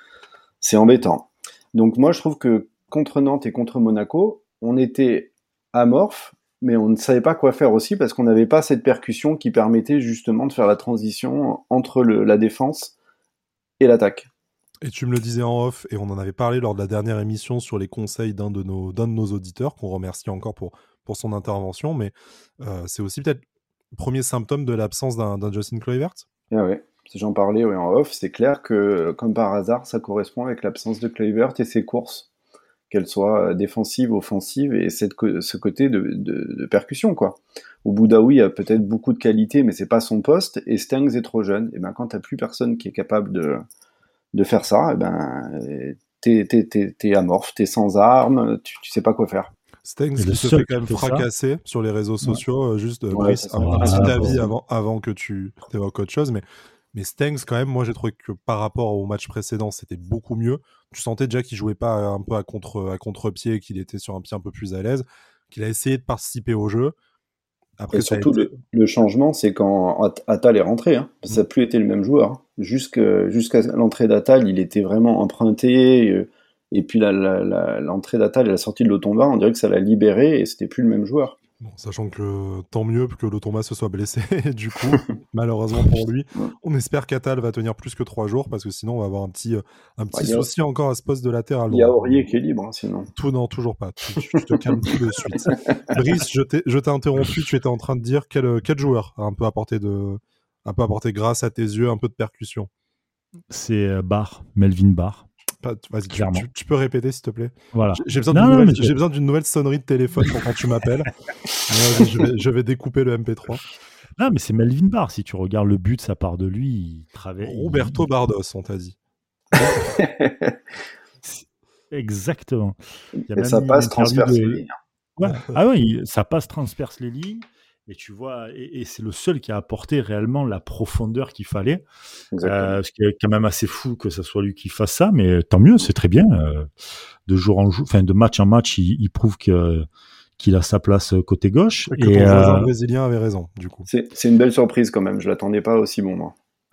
c'est embêtant. Donc moi, je trouve que contre Nantes et contre Monaco, on était amorphe, mais on ne savait pas quoi faire aussi parce qu'on n'avait pas cette percussion qui permettait justement de faire la transition entre le, la défense et l'attaque. Et tu me le disais en off, et on en avait parlé lors de la dernière émission sur les conseils d'un de nos, d'un de nos auditeurs, qu'on remercie encore pour, pour son intervention, mais euh, c'est aussi peut-être le premier symptôme de l'absence d'un, d'un Justin Kluivert. Ah ouais, si j'en parlais ouais, en off, c'est clair que, comme par hasard, ça correspond avec l'absence de Kluivert et ses courses. Qu'elle soit défensive, offensive, et cette, ce côté de, de, de percussion, quoi. Où Boudaoui a peut-être beaucoup de qualité, mais c'est pas son poste, et Stengs est trop jeune. Et ben quand t'as plus personne qui est capable de, de faire ça, et ben t'es, t'es, t'es, t'es amorphe, t'es sans armes, tu, tu sais pas quoi faire. Stengs qui se fait quand même fracasser ça. Sur les réseaux sociaux, ouais. juste euh, ouais, Brice, un, un petit ah, avis avant, avant que tu évoques autre chose, mais Mais Stengs, quand même, moi, j'ai trouvé que par rapport au match précédent, c'était beaucoup mieux. Tu sentais déjà qu'il jouait pas un peu à, contre, à contre-pied, qu'il était sur un pied un peu plus à l'aise, qu'il a essayé de participer au jeu. Après, et surtout, été... le, le changement, c'est quand Attal est rentré. Hein. Mmh. Ça n'a plus été le même joueur. Jusqu'à, jusqu'à l'entrée d'Attal, il était vraiment emprunté. Et, et puis la, la, la, l'entrée d'Attal et la sortie de Lotomba, on dirait que ça l'a libéré et c'était plus le même joueur. Bon, sachant que tant mieux que Lotomba se soit blessé, du coup, malheureusement pour lui, on espère qu'Attal va tenir plus que trois jours, parce que sinon on va avoir un petit, un petit bah, souci a... encore à ce poste de latéral. Il y a Aurier qui est libre, hein, sinon. Tout, non, toujours pas. Tu, tu, tu te calmes tout de suite. Brice, je t'ai, je t'ai interrompu, tu étais en train de dire quel, quel joueur a un peu apporté de, un peu apporté grâce à tes yeux, un peu de percussion. C'est Barr, Melvin Barr. Pas, vas-y, tu, tu, tu peux répéter s'il te plaît. Voilà. J'ai besoin, non, nouvelle, j'ai besoin d'une nouvelle sonnerie de téléphone pour quand tu m'appelles. Alors, je, vais, je vais découper le M P trois. Non, mais c'est Melvin Barr. Si tu regardes le but, ça part de lui. Il travaille. Roberto il... Bardos, on t'a dit. Exactement. Il y a Et ça passe transperce de... les lignes. Ouais. Ah oui, ça passe transperce les lignes. Et tu vois, et, et c'est le seul qui a apporté réellement la profondeur qu'il fallait. Euh, ce qui est quand même assez fou que ce soit lui qui fasse ça, mais tant mieux, c'est très bien. Euh, de jour en jour, enfin de match en match, il, il prouve que qu'il a sa place côté gauche. Et que ton voisin euh... brésilien avait raison, du coup. C'est, c'est une belle surprise quand même. Je l'attendais pas aussi bon, moi.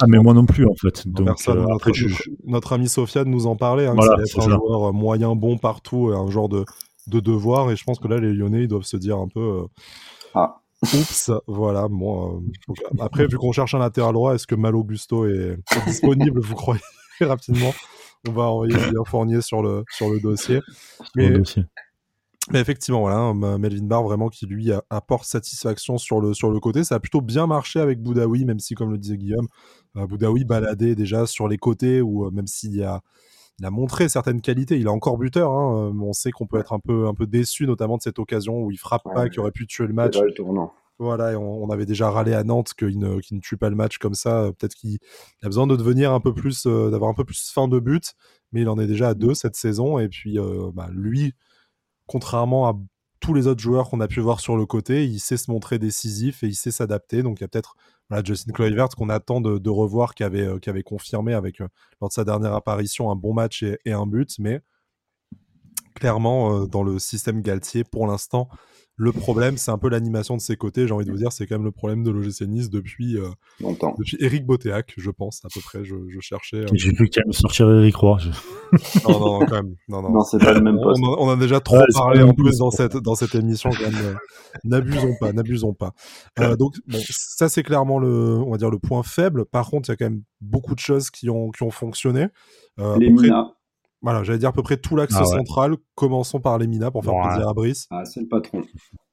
Ah, mais moi non plus, en fait. Donc, personne, euh, notre, après, je, notre, notre ami Sofiane nous en parlait, hein, voilà, que ça allait être un joueur moyen, bon partout, un genre de, de devoir. Et je pense que là, les Lyonnais, ils doivent se dire un peu. Euh, ah. Oups, voilà. Bon, euh, donc, après, vu qu'on cherche un latéral droit, est-ce que Mal Augusto est, est disponible, vous croyez rapidement? On va envoyer Julien Fournier sur le, sur le dossier. Mais, le dossier. mais effectivement, voilà, hein, Melvin Barr vraiment qui lui apporte satisfaction sur le, sur le côté. Ça a plutôt bien marché avec Boudaoui, même si, comme le disait Guillaume, euh, Boudaoui baladait déjà sur les côtés, ou euh, même s'il y a, il a montré certaines qualités. Il est encore buteur, hein, mais on sait qu'on peut être un peu, un peu déçu, notamment de cette occasion où il frappe ouais, pas, qui aurait pu tuer le match. C'est là le tournant. Voilà, et on, on avait déjà râlé à Nantes qu'il ne, qu'il ne tue pas le match comme ça. Peut-être qu'il a besoin de devenir un peu plus, euh, d'avoir un peu plus faim de but, mais il en est déjà à deux cette saison. Et puis, euh, bah, lui, contrairement à tous les autres joueurs qu'on a pu voir sur le côté, il sait se montrer décisif et il sait s'adapter. Donc il y a peut-être voilà, Justin Kluivert qu'on attend de, de revoir, qui avait, euh, qui avait confirmé avec, euh, lors de sa dernière apparition, un bon match et, et un but. Mais clairement, euh, dans le système Galtier, pour l'instant, le problème, c'est un peu l'animation de ses côtés. J'ai envie de vous dire, c'est quand même le problème de l'O G C Nice depuis, euh, longtemps. Depuis Éric Botéac, je pense, à peu près. Je, je cherchais. Euh... J'ai vu qu'il allait sortir Éric Roy. Je... non, non, non, quand même. Non, non. non c'est pas le même poste. On, on a déjà trop ouais, parlé en plus dans cette, dans cette émission. Quand même. N'abusons pas, n'abusons pas. Euh, donc, bon, ça, c'est clairement le, on va dire, le point faible. Par contre, il y a quand même beaucoup de choses qui ont, qui ont fonctionné. Euh, Les Mina. Voilà, j'allais dire à peu près tout l'axe ah, ouais. central. Commençons par les Mina pour faire ouais. plaisir à Brice. Ah, c'est le patron.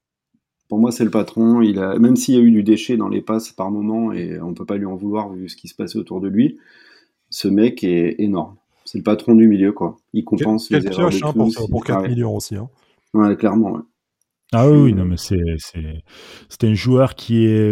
Pour moi, c'est le patron. Il a, même s'il y a eu du déchet dans les passes par moment, et on peut pas lui en vouloir vu ce qui se passait autour de lui, ce mec est énorme. C'est le patron du milieu, quoi. Il compense quel, les quel erreurs pioche, de hein, tous. pour, pour quatre millions aussi. Hein. Ouais, clairement. Ouais. Ah oui, oui, non, mais c'est, c'est, c'est un joueur qui est,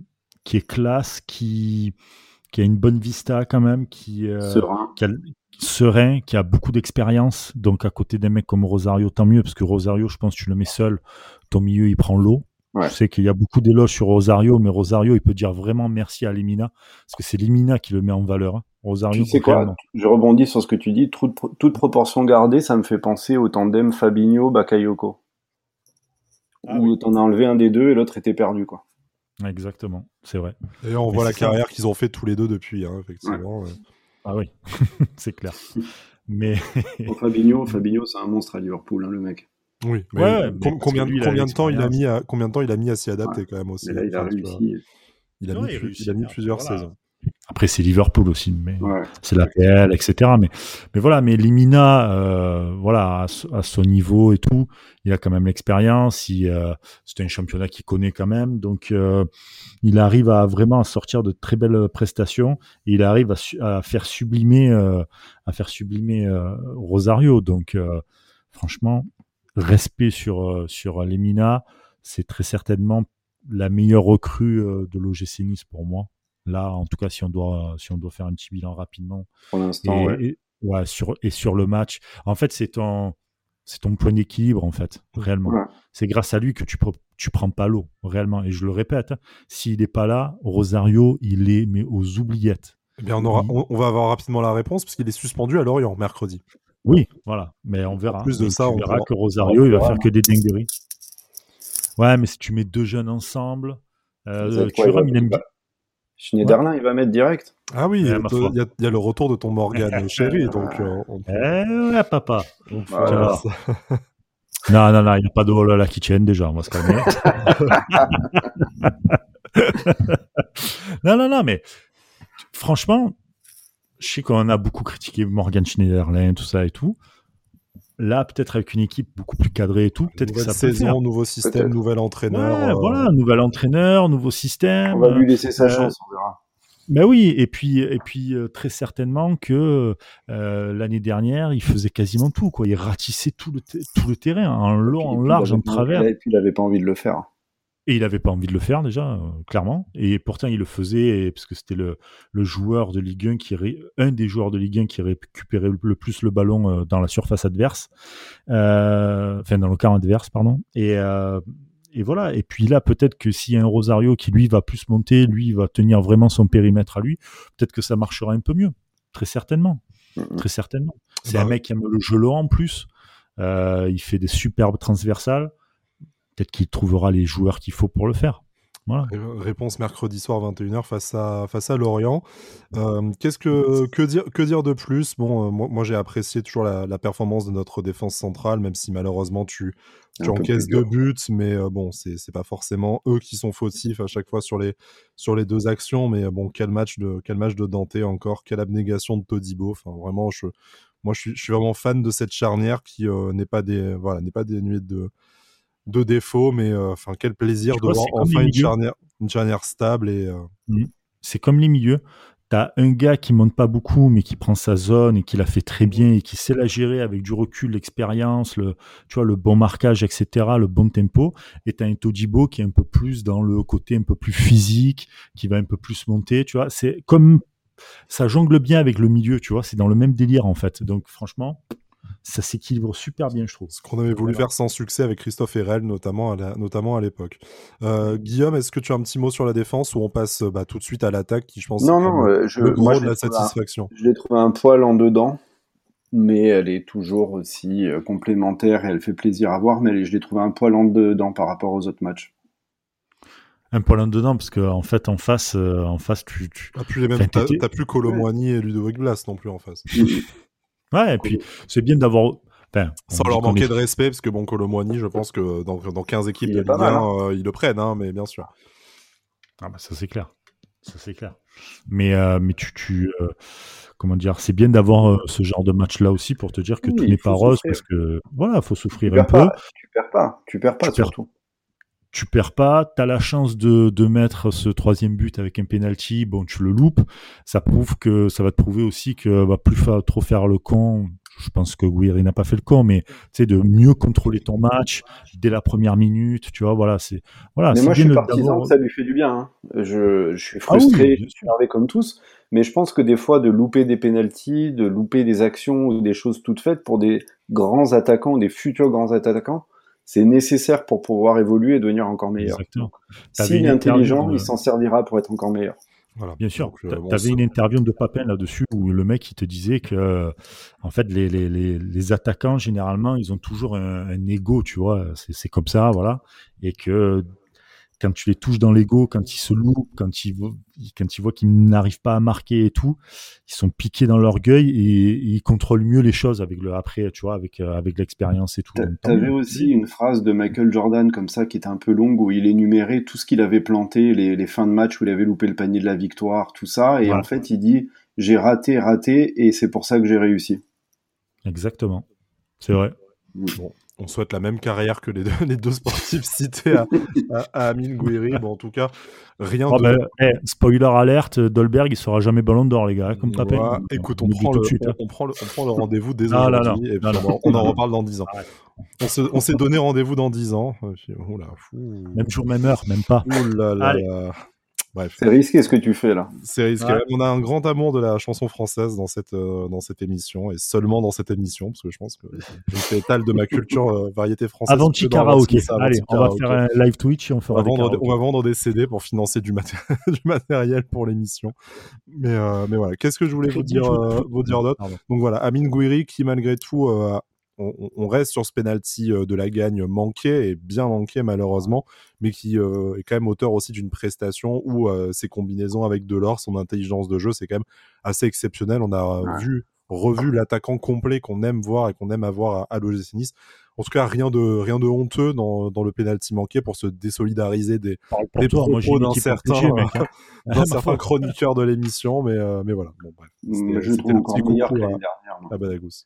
qui est classe, qui, qui a une bonne vista quand même, qui, euh, serein. Qui a, serein, qui a beaucoup d'expérience. Donc, à côté d'un mec comme Rosario, tant mieux, parce que Rosario, je pense que tu le mets seul, ton milieu, il prend l'eau. Ouais. Je sais qu'il y a beaucoup d'éloges sur Rosario, mais Rosario, il peut dire vraiment merci à Lemina, parce que c'est Lemina qui le met en valeur. Hein. Rosario, tu sais quoi, je rebondis sur ce que tu dis, toute, toute proportion gardée, ça me fait penser au tandem Fabinho-Bakayoko. Ah, où oui. T'en as enlevé un des deux et l'autre était perdu, quoi. Exactement, c'est vrai. D'ailleurs, on mais voit la carrière ça. qu'ils ont fait tous les deux depuis, hein, effectivement. Ouais. Ah oui, c'est clair. Mais bon, Fabinho, Fabinho, c'est un monstre à Liverpool, hein, le mec. Oui, mais, ouais, mais com- combien, lui, combien de temps il a mis à combien de temps il a mis à s'y adapter ouais. quand même aussi. Mais là, il a enfin, réussi. Il a non, mis, il, réussit, il a mis plusieurs voilà. saisons. Après, c'est Liverpool aussi, mais ouais. c'est la P L, et cetera. Mais, mais voilà, mais Lemina, euh, voilà, à, à son niveau et tout, il a quand même l'expérience. Il, euh, c'est un championnat qu'il connaît quand même, donc euh, il arrive à vraiment à sortir de très belles prestations. Et il arrive à, su- à faire sublimer, euh, à faire sublimer euh, Rosario. Donc, euh, franchement, respect sur euh, sur Lemina. C'est très certainement la meilleure recrue euh, de l'O G C Nice pour moi. Là, en tout cas, si on doit, si on doit faire un petit bilan rapidement. Pour l'instant, et, ouais. Et, ouais, sur, et sur le match. En fait, c'est ton, c'est ton point d'équilibre, en fait, réellement. Ouais. C'est grâce à lui que tu, tu prends pas l'eau, réellement. Et je le répète, hein, s'il n'est pas là, Rosario, il est mais aux oubliettes. Eh bien, on, aura, on, on va avoir rapidement la réponse, parce qu'il est suspendu à Lorient, mercredi. Oui, voilà. Mais on verra. En plus de mais ça, tu on verras pourra... que Rosario, il va faire que des dingueries. Ouais, mais si tu mets deux jeunes ensemble, euh, Thuram, il aime bien. Schneiderlin, ouais. il va mettre direct. Ah oui, il ouais, y, y a le retour de ton Morgan chéri, donc euh, on peut... Eh ouais, papa. On peut voilà. ça. Non, non, non, il n'y a pas de oh là là qui tienne déjà, on va se calmer. non, non, non, mais franchement, je sais qu'on a beaucoup critiqué Morgan Schneiderlin, tout ça et tout. Là, peut-être avec une équipe beaucoup plus cadrée et tout, peut-être nouvelle que ça saison, peut faire. nouveau système, peut-être. nouvel entraîneur. Ouais, euh... voilà, nouvel entraîneur, nouveau système. On va lui laisser sa euh... chance, on verra. Ben oui, et puis, et puis euh, très certainement que euh, l'année dernière, il faisait quasiment tout, quoi. Il ratissait tout le, t- tout le terrain, en long, en large, en travers. Et puis il n'avait pas envie de le faire. Et il n'avait pas envie de le faire déjà, euh, clairement. Et pourtant, il le faisait, et, parce que c'était le, le joueur de Ligue un, qui ré... un des joueurs de Ligue un qui récupérait le plus le ballon euh, dans la surface adverse, euh, enfin dans le camp adverse, pardon. Et, euh, et voilà. Et puis là, peut-être que s'il y a un Rosario qui, lui, va plus monter, lui, va tenir vraiment son périmètre à lui, peut-être que ça marchera un peu mieux. Très certainement. Mm-hmm. Très certainement. C'est bah, un mec qui aime le jeu long en plus. Euh, il fait des superbes transversales. Peut-être qu'il trouvera les joueurs qu'il faut pour le faire. Voilà. Réponse mercredi soir vingt et une heures face à, face à Lorient. Euh, qu'est-ce que, que, dire, que dire de plus? Bon, euh, moi, moi j'ai apprécié toujours la, la performance de notre défense centrale, même si malheureusement tu, tu encaisses deux buts, mais euh, bon, c'est, c'est pas forcément eux qui sont fautifs à chaque fois sur les, sur les deux actions. Mais bon, quel match de, quel match de Dante encore, quelle abnégation de Todibo. Enfin, vraiment, je, moi je suis, je suis vraiment fan de cette charnière qui euh, n'est pas des, voilà, n'est pas dénuée de de défauts, mais enfin euh, quel plaisir de voir enfin une charnière, une charnière stable et. Euh... Mmh. C'est comme les milieux. T'as un gars qui monte pas beaucoup, mais qui prend sa zone et qui la fait très bien et qui sait la gérer avec du recul, l'expérience, le, tu vois, le bon marquage, et cetera, le bon tempo. Et t'as un Todibo qui est un peu plus dans le côté un peu plus physique, qui va un peu plus monter, tu vois. C'est comme ça jongle bien avec le milieu, tu vois. C'est dans le même délire en fait. Donc franchement. Ça s'équilibre super bien, je trouve. Ce qu'on avait voulu voilà. faire sans succès avec Christophe Herrel, notamment à, la, notamment à l'époque. Euh, Guillaume, est-ce que tu as un petit mot sur la défense ou on passe bah, tout de suite à l'attaque qui, je pense, non, non, le, euh, je, le gros moi, de la satisfaction un, Je l'ai trouvé un poil en dedans, mais elle est toujours aussi euh, complémentaire et elle fait plaisir à voir, mais je l'ai trouvé un poil en dedans par rapport aux autres matchs. Un poil en dedans, parce qu'en en fait, en face, euh, en face tu... tu... T'as plus, les mêmes, t'as, t'as plus Kolo Muani et Ludovic Blas non plus en face. Ouais, et puis c'est bien d'avoir... Enfin, sans leur manquer est... de respect, parce que bon, Kolo Muani, je pense que dans, dans quinze équipes il de Ligue un, hein. euh, ils le prennent, hein, mais bien sûr. Ah bah ça c'est clair, ça c'est clair. Mais, euh, mais tu... tu euh, comment dire, c'est bien d'avoir euh, ce genre de match-là aussi pour te dire que oui, tout n'est pas rose, parce que voilà, il faut souffrir un peu. Pas, tu perds pas, tu perds pas tu surtout. Perds. Tu perds pas, tu as la chance de, de mettre ce troisième but avec un penalty, bon, tu le loupes, ça prouve que ça va te prouver aussi que va plus fa- trop faire le con. Je pense que Guiri n'a pas fait le con, mais tu sais, de mieux contrôler ton match dès la première minute, tu vois, voilà, c'est voilà. Mais c'est moi, bien je suis de, partisan que ça lui fait du bien. Hein. Je, je suis frustré, ah oui, je suis énervé comme tous, mais je pense que des fois, de louper des penalties, de louper des actions ou des choses toutes faites pour des grands attaquants, des futurs grands attaquants, c'est nécessaire pour pouvoir évoluer et devenir encore meilleur. Exactement. S'il est intelligent, de... il s'en servira pour être encore meilleur. Voilà. Bien sûr. Donc, euh, bon, tu avais une interview de Papin là-dessus où le mec il te disait que, euh, en fait, les, les, les, les attaquants généralement ils ont toujours un, un ego, tu vois, c'est, c'est comme ça, voilà, et que quand tu les touches dans l'ego, quand ils se loupent, quand ils, quand ils voient qu'ils n'arrivent pas à marquer et tout, ils sont piqués dans l'orgueil et, et ils contrôlent mieux les choses avec le après, tu vois, avec euh, avec l'expérience et tout. T'a, t'avais aussi une phrase de Michael Jordan comme ça qui était un peu longue où il énumérait tout ce qu'il avait planté, les, les fins de match où il avait loupé le panier de la victoire, tout ça, et voilà. En fait il dit j'ai raté, raté, et c'est pour ça que j'ai réussi. Exactement, c'est vrai. Bon. On souhaite la même carrière que les deux, les deux sportifs cités à, à, à Amine Gouiri. Bon, en tout cas, rien oh de... Ben, hey, spoiler alerte, Dolberg, il sera jamais ballon d'or, les gars, comme Papin. Ouais, écoute, on, on, prend le, suite, on, hein. on, prend le, on prend le rendez-vous dès non, aujourd'hui, non, non. et puis non, on, non. on en reparle dans dix ans. On, se, on s'est donné rendez-vous dans dix ans. Oh là, fou. Même jour, même heure, même pas. Ouh là là là. Bref. C'est risqué ce que tu fais là. C'est risqué. Ouais. On a un grand amour de la chanson française dans cette, euh, dans cette émission, et seulement dans cette émission, parce que je pense que je fais étal de ma culture euh, variété française. Avanti karaoké. Allez, on va faire un live Twitch et on fera on va, des vendre, on va vendre des C D pour financer du, maté- du matériel pour l'émission. Mais, euh, mais voilà. Qu'est-ce que je voulais vous dire, euh, vous dire d'autre? Donc voilà, Amine Gouiri qui malgré tout euh, On, on reste sur ce penalty de la gagne manqué et bien manqué malheureusement, mais qui euh, est quand même auteur aussi d'une prestation où euh, ses combinaisons avec Delors, son intelligence de jeu, c'est quand même assez exceptionnel. On a ouais. vu, revu l'attaquant complet qu'on aime voir et qu'on aime avoir à, à l'O G C Nice. En tout cas, rien de rien de honteux dans, dans le penalty manqué pour se désolidariser des, des toi, propos moi, d'un certain, P G, mec, hein. d'un certain chroniqueur de l'émission, mais euh, mais voilà. Bon, bref, c'était, je c'était le petit coucou à, à, à Badagous.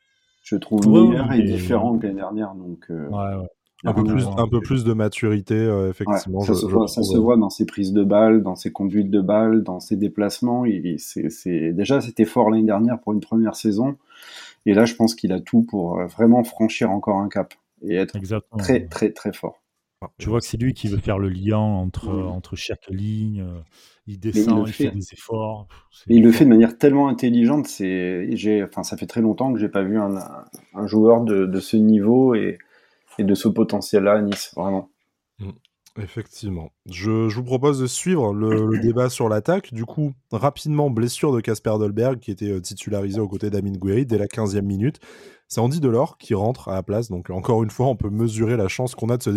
Je trouve ouais, meilleur et différent que l'année dernière, donc euh, ouais, ouais. un peu plus, un peu plus de maturité, euh, effectivement. Ouais, ça, je, se, je voit, ça se voit dans ses prises de balles, dans ses conduites de balles, dans ses déplacements. Il, c'est, c'est... Déjà, c'était fort l'année dernière pour une première saison, et là, je pense qu'il a tout pour vraiment franchir encore un cap et être Exactement. très, très, très fort. Tu vois que c'est lui qui veut faire le lien entre, mmh. entre chaque ligne. Il descend, il, il fait. fait des efforts. C'est il le fait de manière tellement intelligente. C'est, j'ai, enfin, ça fait très longtemps que j'ai pas vu un, un joueur de, de ce niveau et, et de ce potentiel-là à Nice, vraiment. Mmh. Effectivement. Je, je vous propose de suivre le, le débat sur l'attaque. Du coup, rapidement, blessure de Kasper Dolberg qui était titularisé aux côtés d'Amine Gouiri dès la quinzième minute. C'est Andy Delors qui rentre à la place. Donc, encore une fois, on peut mesurer la chance qu'on a de se dire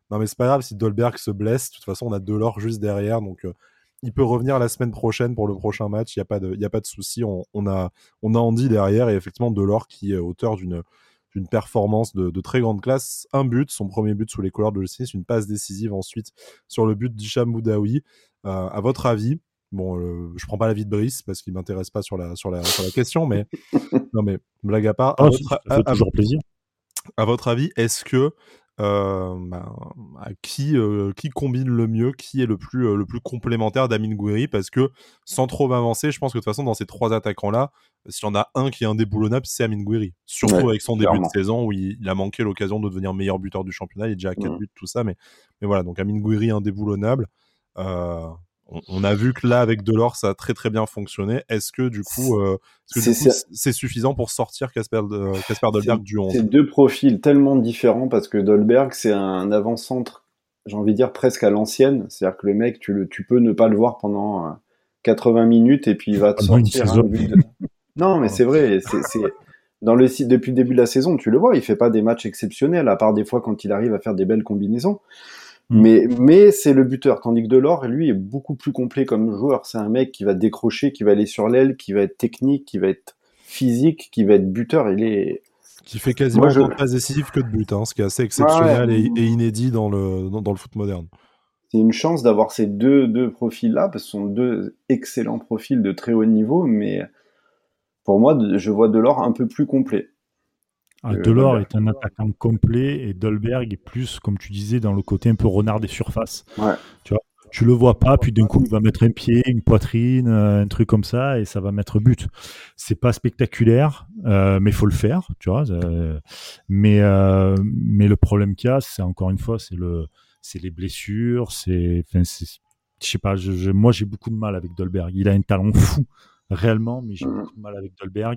non mais c'est pas grave si Dolberg se blesse. De toute façon, on a Delors juste derrière, donc euh, il peut revenir la semaine prochaine pour le prochain match. Il y a pas de, il y a pas de souci. On, on a, on a Andy derrière et effectivement Delors qui est auteur d'une d'une performance de, de très grande classe. Un but, son premier but sous les couleurs de l'O C N I S, une passe décisive ensuite sur le but d'Hicham Boudaoui. Euh, à votre avis, bon, euh, je prends pas l'avis de Brice parce qu'il m'intéresse pas sur la sur la sur la question, mais non mais blague à part. Ah, À si, votre, ça fait à, à- toujours plaisir. à votre avis, est-ce que euh, bah, à qui euh, qui combine le mieux, qui est le plus euh, le plus complémentaire d'Amine Gouiri? Parce que sans trop m'avancer, je pense que de toute façon dans ces trois attaquants là, s'il y en a un qui est indéboulonnable, c'est Amine Gouiri. Surtout Ouais, avec son début clairement. de saison où il, il a manqué l'occasion de devenir meilleur buteur du championnat. Il est déjà à quatre Mm. buts, tout ça, mais mais voilà. Donc Amine Gouiri indéboulonnable. Euh, on, on a vu que là avec Delors ça a très très bien fonctionné. Est-ce que du coup, euh, est-ce que C'est du coup c'est- c'est suffisant pour sortir Casper de- Casper c'est- Dolberg du c'est onze? deux profils tellement différents parce que Dolberg, c'est un avant-centre, j'ai envie de dire presque à l'ancienne. C'est-à-dire que le mec, tu, le, tu peux ne pas le voir pendant euh, quatre-vingts minutes et puis il va te Pendant une sortir un saison. but. De... Non, mais Pardon. c'est vrai. C'est, c'est... Dans le, si- depuis le début de la saison, tu le vois, il fait pas des matchs exceptionnels, à part des fois quand il arrive à faire des belles combinaisons. Mm. Mais, mais c'est le buteur, tandis que Delors, lui, est beaucoup plus complet comme joueur. C'est un mec qui va décrocher, qui va aller sur l'aile, qui va être technique, qui va être physique, qui va être buteur. Il est... Qui fait quasiment Moi, je... autant de passes décisives que de buts, hein, ce qui est assez Ouais, exceptionnel ouais. et, et inédit dans le, dans, dans le foot moderne. C'est une chance d'avoir ces deux, deux profils-là, parce que ce sont deux excellents profils de très haut niveau, mais pour moi, je vois Delors un peu plus complet Ah, que Delors Dolberg. est un attaquant complet et Dolberg est plus, comme tu disais, dans le côté un peu renard des surfaces. Ouais. Tu vois, tu le vois pas, puis d'un coup, il va mettre un pied, une poitrine, euh, un truc comme ça, et ça va mettre but. C'est pas spectaculaire, euh, mais il faut le faire, tu vois. euh, mais, euh, mais le problème qu'il y a, c'est encore une fois, c'est le, c'est les blessures, c'est, enfin, c'est, je sais pas, je, je- moi j'ai beaucoup de mal avec Dolberg. Il a un talent fou, réellement, mais j'ai Mhm. beaucoup de mal avec Dolberg.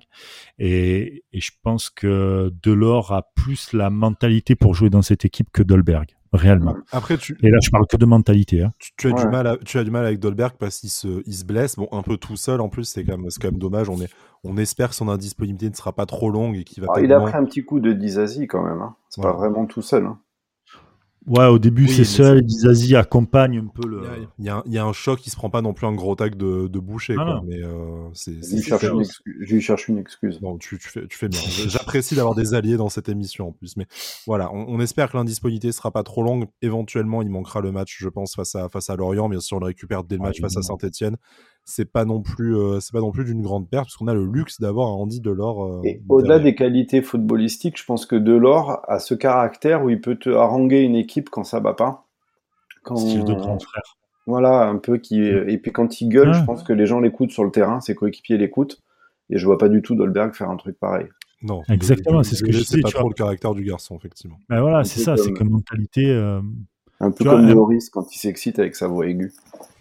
Et, et je pense que Delors a plus la mentalité pour jouer dans cette équipe que Dolberg, réellement. Après, tu, Et là, je parle que de mentalité. Hein. tu, tu as du Ouais. mal à- tu as du mal avec Dolberg parce qu'il se, il se blesse, bon, un peu tout seul en plus, c'est quand même, c'est quand même dommage. On, est, on espère que son indisponibilité ne sera pas trop longue et qu'il va Alors, peut-être il a moins- pris un petit coup de Dizazi quand même. Hein. C'est Voilà. pas vraiment tout seul. Hein. Ouais, au début, Oui, c'est mais seul. Dizazi accompagne un peu le. Il y a, il y a un, il y a un choc, il se prend pas non plus un gros tac de, de boucher, Ah quoi. non. Mais euh, c'est, Je c'est lui cherche super. une excuse. Je lui cherche une excuse. Bon, tu, tu, fais, tu fais bien. J'apprécie d'avoir des alliés dans cette émission en plus. Mais voilà, on, on espère que l'indisponibilité sera pas trop longue. Éventuellement, il manquera le match, je pense, face à, face à Lorient. Bien sûr, on le récupère dès le Ah, match face à évidemment. Saint-Etienne. C'est pas non plus, euh, c'est pas non plus d'une grande perte, parce qu'on a le luxe d'avoir un Andy Delors. Euh, Et au-delà derrière. des qualités footballistiques, je pense que Delors a ce caractère où il peut te haranguer une équipe quand ça va pas. Quand... Style de grand frère. Voilà, un peu qui. Et puis quand il gueule, Ouais. je pense que les gens l'écoutent sur le terrain, ses coéquipiers l'écoutent. Et je vois pas du tout Dolberg faire un truc pareil. Non, Exactement, de- c'est ce de- que je c'est disais, pas tu trop vois. le caractère du garçon, effectivement. Ben voilà, Un c'est peu ça, c'est comme- comme mentalité. euh, Un peu Tu vois, comme un- Lloris quand il s'excite avec sa voix aiguë.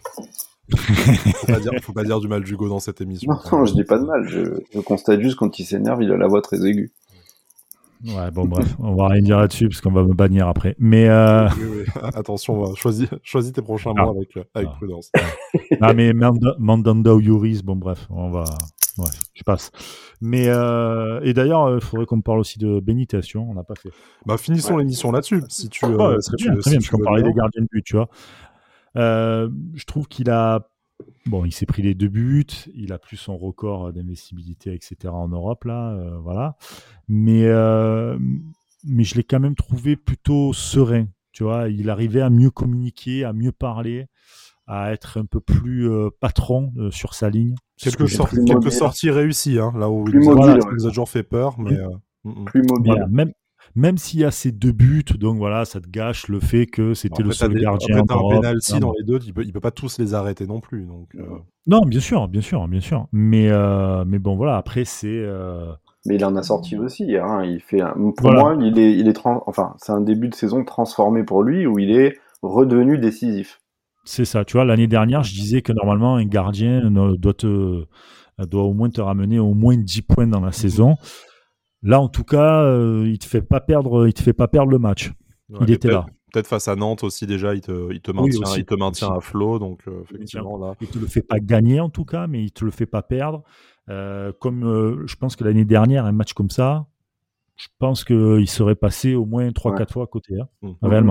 Faut pas dire, faut pas dire du mal d'Hugo dans cette émission. Non, non, je dis pas de mal. Je, je constate juste quand il s'énerve, il a la voix très aiguë. Ouais, bon, bref, on va rien dire là-dessus parce qu'on va me bannir après. Mais euh, Oui, oui. Attention, va. Choisis, choisis tes prochains Ah. mots avec, euh, avec Ah. prudence. ah, mais Manda- Mandanda ou Yoris, bon, bref, on va. Bref, je passe. Mais euh, et d'ailleurs, il faudrait qu'on parle aussi de Benitez, tu vois, on n'a pas fait. Bah, finissons Ouais. l'émission là-dessus, si tu, euh, Ouais, si très tu, bien, si très bien, tu parce qu'on veux parlait bien. des gardiens de but, tu vois. Euh, je trouve qu'il a. Bon, il s'est pris les deux buts, il a plus son record d'investibilité, et cetera en Europe, là, euh, voilà. Mais, euh, mais je l'ai quand même trouvé plutôt serein, tu vois. Il arrivait à mieux communiquer, à mieux parler, à être un peu plus euh, patron euh, sur sa ligne. C'est ce Quelques, que j'ai sor- plus trouvé. quelques mobile. sorties réussies, hein, là où il Plus nous a, mobile, il ouais. nous a toujours fait peur, mais. euh, mm, mm. Plus mobile. Voilà, même, même s'il y a ces deux buts, donc voilà, ça te gâche le fait que c'était Bon, le après, t'as seul des- gardien après, t'as en un Europe. penalty Non, dans les deux, il peut, il peut pas tous les arrêter non plus. Donc, euh, non, bien sûr, bien sûr, bien sûr. Mais, euh, mais bon, voilà, après, c'est... euh, Mais il en a sorti aussi. Hein. Il fait un... Pour Voilà. moi, il est, il est trans... enfin, c'est un début de saison transformé pour lui où il est redevenu décisif. C'est ça, tu vois, l'année dernière, je disais que normalement, un gardien ne- doit, te, doit au moins te ramener au moins dix points dans la saison. Là, en tout cas, euh, il te fait pas perdre, il te fait pas perdre le match. ouais, il et était peut-être- là. Peut-être face à Nantes aussi, déjà, il te, il te Oui, maintient, aussi, il te maintient aussi. à flot. Donc, euh, effectivement, là. Il te le fait pas gagner, en tout cas, mais il te le fait pas perdre. Euh, comme euh, je pense que l'année dernière, un match comme ça, je pense qu'il serait passé au moins trois quatre Ouais. fois à côté, hein, Mm. réellement.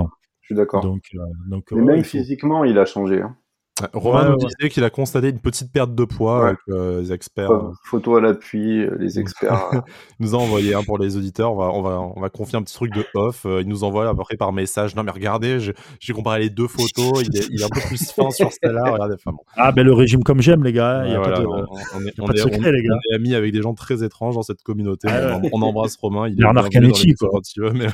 Je suis d'accord. Donc, euh, donc Mais ouais, même il faut... physiquement, il a changé. Hein. Romain Ouais, nous ouais. disait qu'il a constaté une petite perte de poids Ouais. avec euh, les experts. Preuve, photo à l'appui, euh, les experts. euh, Il nous a envoyé un pour les auditeurs. On va, on va, on va confier un petit truc de off. Euh, il nous envoie à peu près par message. Non mais regardez, j'ai, j'ai comparé les deux photos. Il est, il est un peu plus fin sur celle-là. Regardez. Enfin bon. Ah ben le régime comme j'aime, les gars. Il Ouais, n'y a, voilà, pas de... on, on est, y a on pas de est, secret, on, les gars. on est amis avec des gens très étranges dans cette communauté. Ah, on, ouais. on embrasse Romain. Il est Bernard bienvenu dans Canetti, l'émission quoi. quand il veut. Mais...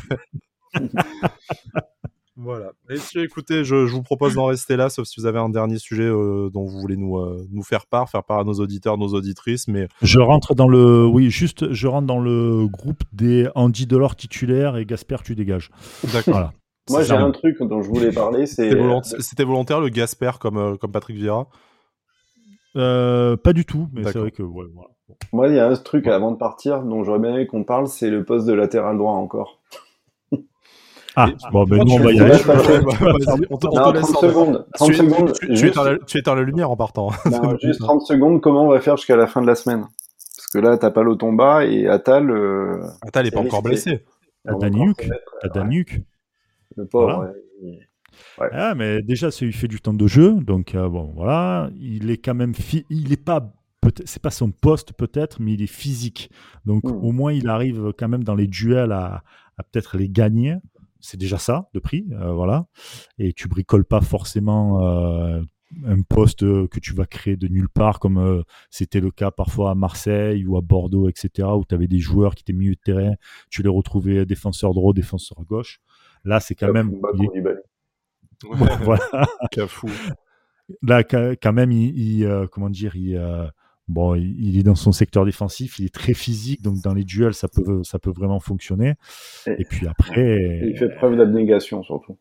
Voilà. Messieurs, écoutez, je, je vous propose d'en rester là, sauf si vous avez un dernier sujet euh, dont vous voulez nous, euh, nous faire part, faire part à nos auditeurs, nos auditrices. Mais Je rentre dans le, oui, juste, je rentre dans le groupe des Andy Delors titulaires et Gasper, tu dégages. d'accord. Voilà. Moi, C'est j'ai ça. un truc dont je voulais parler, c'est. C'était, volont- c'était volontaire le Gasper comme, euh, comme Patrick Vieira. Euh, pas du tout, mais c'est D'accord. vrai que, ouais, voilà. Bon. Moi, il y a un truc Ouais. avant de partir dont j'aurais bien aimé qu'on parle, c'est le poste de latéral droit encore. Ah, Et- bon, ben Moi, nous, tu- on va y tu aller. laisses passer. Vas-y, on te, on Non, te laisse trente en- secondes. trente Tu, secondes. tu, tu, juste, éteins la, tu éteins la lumière en partant. non, juste trente secondes. Comment on va faire jusqu'à la fin de la semaine? Parce que là, t'as pas Lotomba et Attal. Euh, Attends, il est c'est pas encore risqué. blessé. T'as On va Daniuk. encore se mettre, T'as ouais, Daniuk. le pauvre. Voilà. ouais, il- Ouais. Ah, mais déjà, c'est, il fait du temps de jeu, donc euh, bon, voilà. Il est quand même, fi- il est pas, peut-être, c'est pas son poste peut-être, mais il est physique. Donc Hmm. au moins, il arrive quand même dans les duels à, à peut-être les gagner. C'est déjà ça de prix, euh, voilà. Et tu bricoles pas forcément euh, un poste que tu vas créer de nulle part, comme euh, c'était le cas parfois à Marseille ou à Bordeaux, et cetera, où tu avais des joueurs qui étaient milieu de terrain, tu les retrouvais défenseur droit, défenseur gauche. Là, c'est quand même, Kafumba il est- Koulibaly. ouais, voilà. Cafou. Là, ca- quand même, il, il, euh, comment dire, il, euh, bon, il, il est dans son secteur défensif, il est très physique, donc dans les duels, ça peut, ça peut vraiment fonctionner. Et- Et puis après, Et il fait preuve d'abnégation surtout.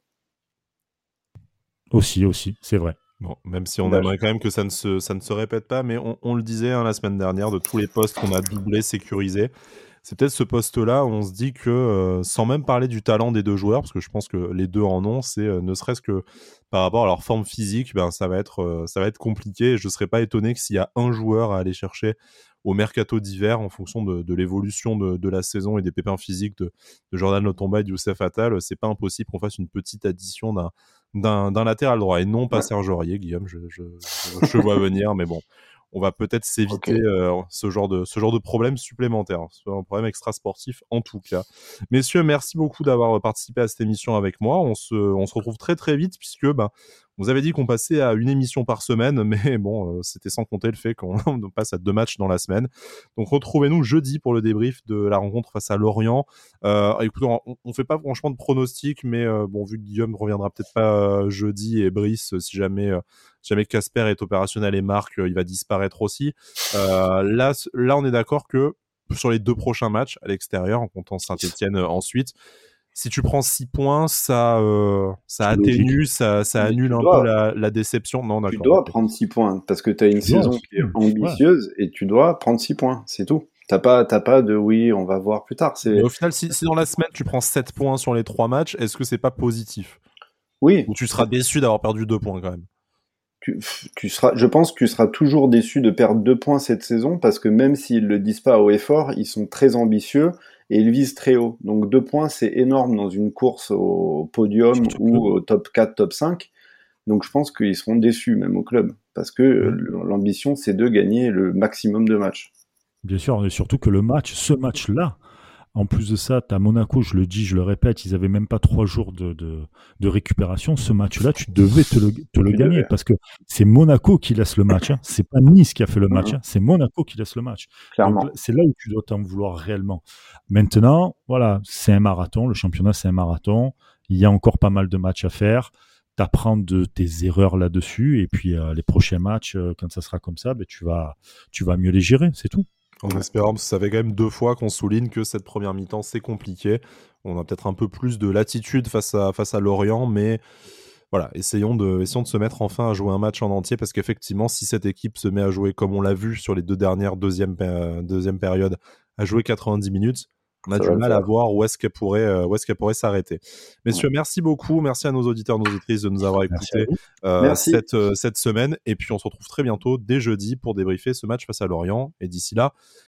aussi, aussi, c'est vrai. Bon, même si on Lâche. aimerait quand même que ça ne se, ça ne se répète pas, mais on, on le disait hein, la semaine dernière, de tous les postes qu'on a doublés, sécurisés, c'est peut-être ce poste-là où on se dit que, euh, sans même parler du talent des deux joueurs, parce que je pense que les deux en ont, c'est euh, ne serait-ce que par rapport à leur forme physique, ben, ça, va être, euh, ça va être compliqué. Et je ne serais pas étonné que s'il y a un joueur à aller chercher au mercato d'hiver, en fonction de, de l'évolution de, de la saison et des pépins physiques de, de Jordan Lotomba et de Youssef Attal, c'est pas impossible qu'on fasse une petite addition d'un d'un, d'un latéral droit et non pas Ouais. Serge Aurier, Guillaume, je, je, je, je vois venir, mais bon, on va peut-être s'éviter Ok. euh, ce genre de ce genre de problème supplémentaire, ce un problème extra-sportif en tout cas. Messieurs, merci beaucoup d'avoir participé à cette émission avec moi. On se, on se retrouve très très vite puisque ben, vous avez dit qu'on passait à une émission par semaine, mais bon, euh, c'était sans compter le fait qu'on passe à deux matchs dans la semaine. Donc retrouvez-nous jeudi pour le débrief de la rencontre face à Lorient. Euh, écoutez, on, on fait pas franchement de pronostics, mais euh, bon, vu que Guillaume reviendra peut-être pas euh, jeudi et Brice, si jamais euh, si jamais Casper est opérationnel et Marc, euh, il va disparaître aussi. Euh, là, là, on est d'accord que sur les deux prochains matchs à l'extérieur, en comptant Saint-Etienne euh, ensuite, si tu prends six points, ça, euh, ça C'est atténue, logique. ça, ça Mais annule tu un dois. peu la, la déception. Non, Tu d'accord. dois ok. prendre six points parce que tu as une Tu dois, saison qui est ouais. ambitieuse et tu dois prendre six points, c'est tout. T'as pas, t'as pas de oui, on va voir plus tard. Mais C'est au final, si, si dans la semaine tu prends sept points sur les trois matchs, est-ce que c'est pas positif? oui. Ou tu seras déçu d'avoir perdu deux points quand même? Tu, tu seras, je pense que tu seras toujours déçu de perdre deux points cette saison parce que même s'ils le disent pas haut et fort, ils sont très ambitieux et ils visent très haut. Donc deux points, c'est énorme dans une course au podium Surtout ou que- au top quatre, top cinq. Donc je pense qu'ils seront déçus même au club parce que Mmh. l'ambition c'est de gagner le maximum de matchs. Bien sûr, et surtout que le match, ce match-là, en plus de ça, tu as Monaco, je le dis, je le répète, ils avaient même pas trois jours de, de, de récupération. Ce match-là, tu devais te le, te le Tu gagner devais. parce que c'est Monaco qui laisse le match. Hein. C'est pas Nice qui a fait le match, Mhm. hein. C'est Monaco qui laisse le match. Clairement. Donc c'est là où tu dois t'en vouloir réellement. Maintenant, voilà, c'est un marathon. Le championnat, c'est un marathon. Il y a encore pas mal de matchs à faire. T'apprends de tes erreurs là-dessus et puis euh, les prochains matchs, euh, quand ça sera comme ça, ben, tu vas, tu vas mieux les gérer, c'est tout. En espérant, parce que ça fait quand même deux fois qu'on souligne que cette première mi-temps, c'est compliqué. On a peut-être un peu plus de latitude face à, face à Lorient, mais voilà, essayons de, essayons de se mettre enfin à jouer un match en entier, parce qu'effectivement, si cette équipe se met à jouer comme on l'a vu sur les deux dernières deuxième, euh, deuxième périodes, à jouer quatre-vingt-dix minutes, on a Ça du va le mal à faire. voir où est-ce qu'elle pourrait, euh, où est-ce qu'elle pourrait s'arrêter. Messieurs, merci beaucoup. Merci à nos auditeurs, nos auditrices de nous avoir Merci à écoutés vous. euh, Merci. cette, euh, cette semaine. Et puis, on se retrouve très bientôt, dès jeudi, pour débriefer ce match face à Lorient. Et d'ici là,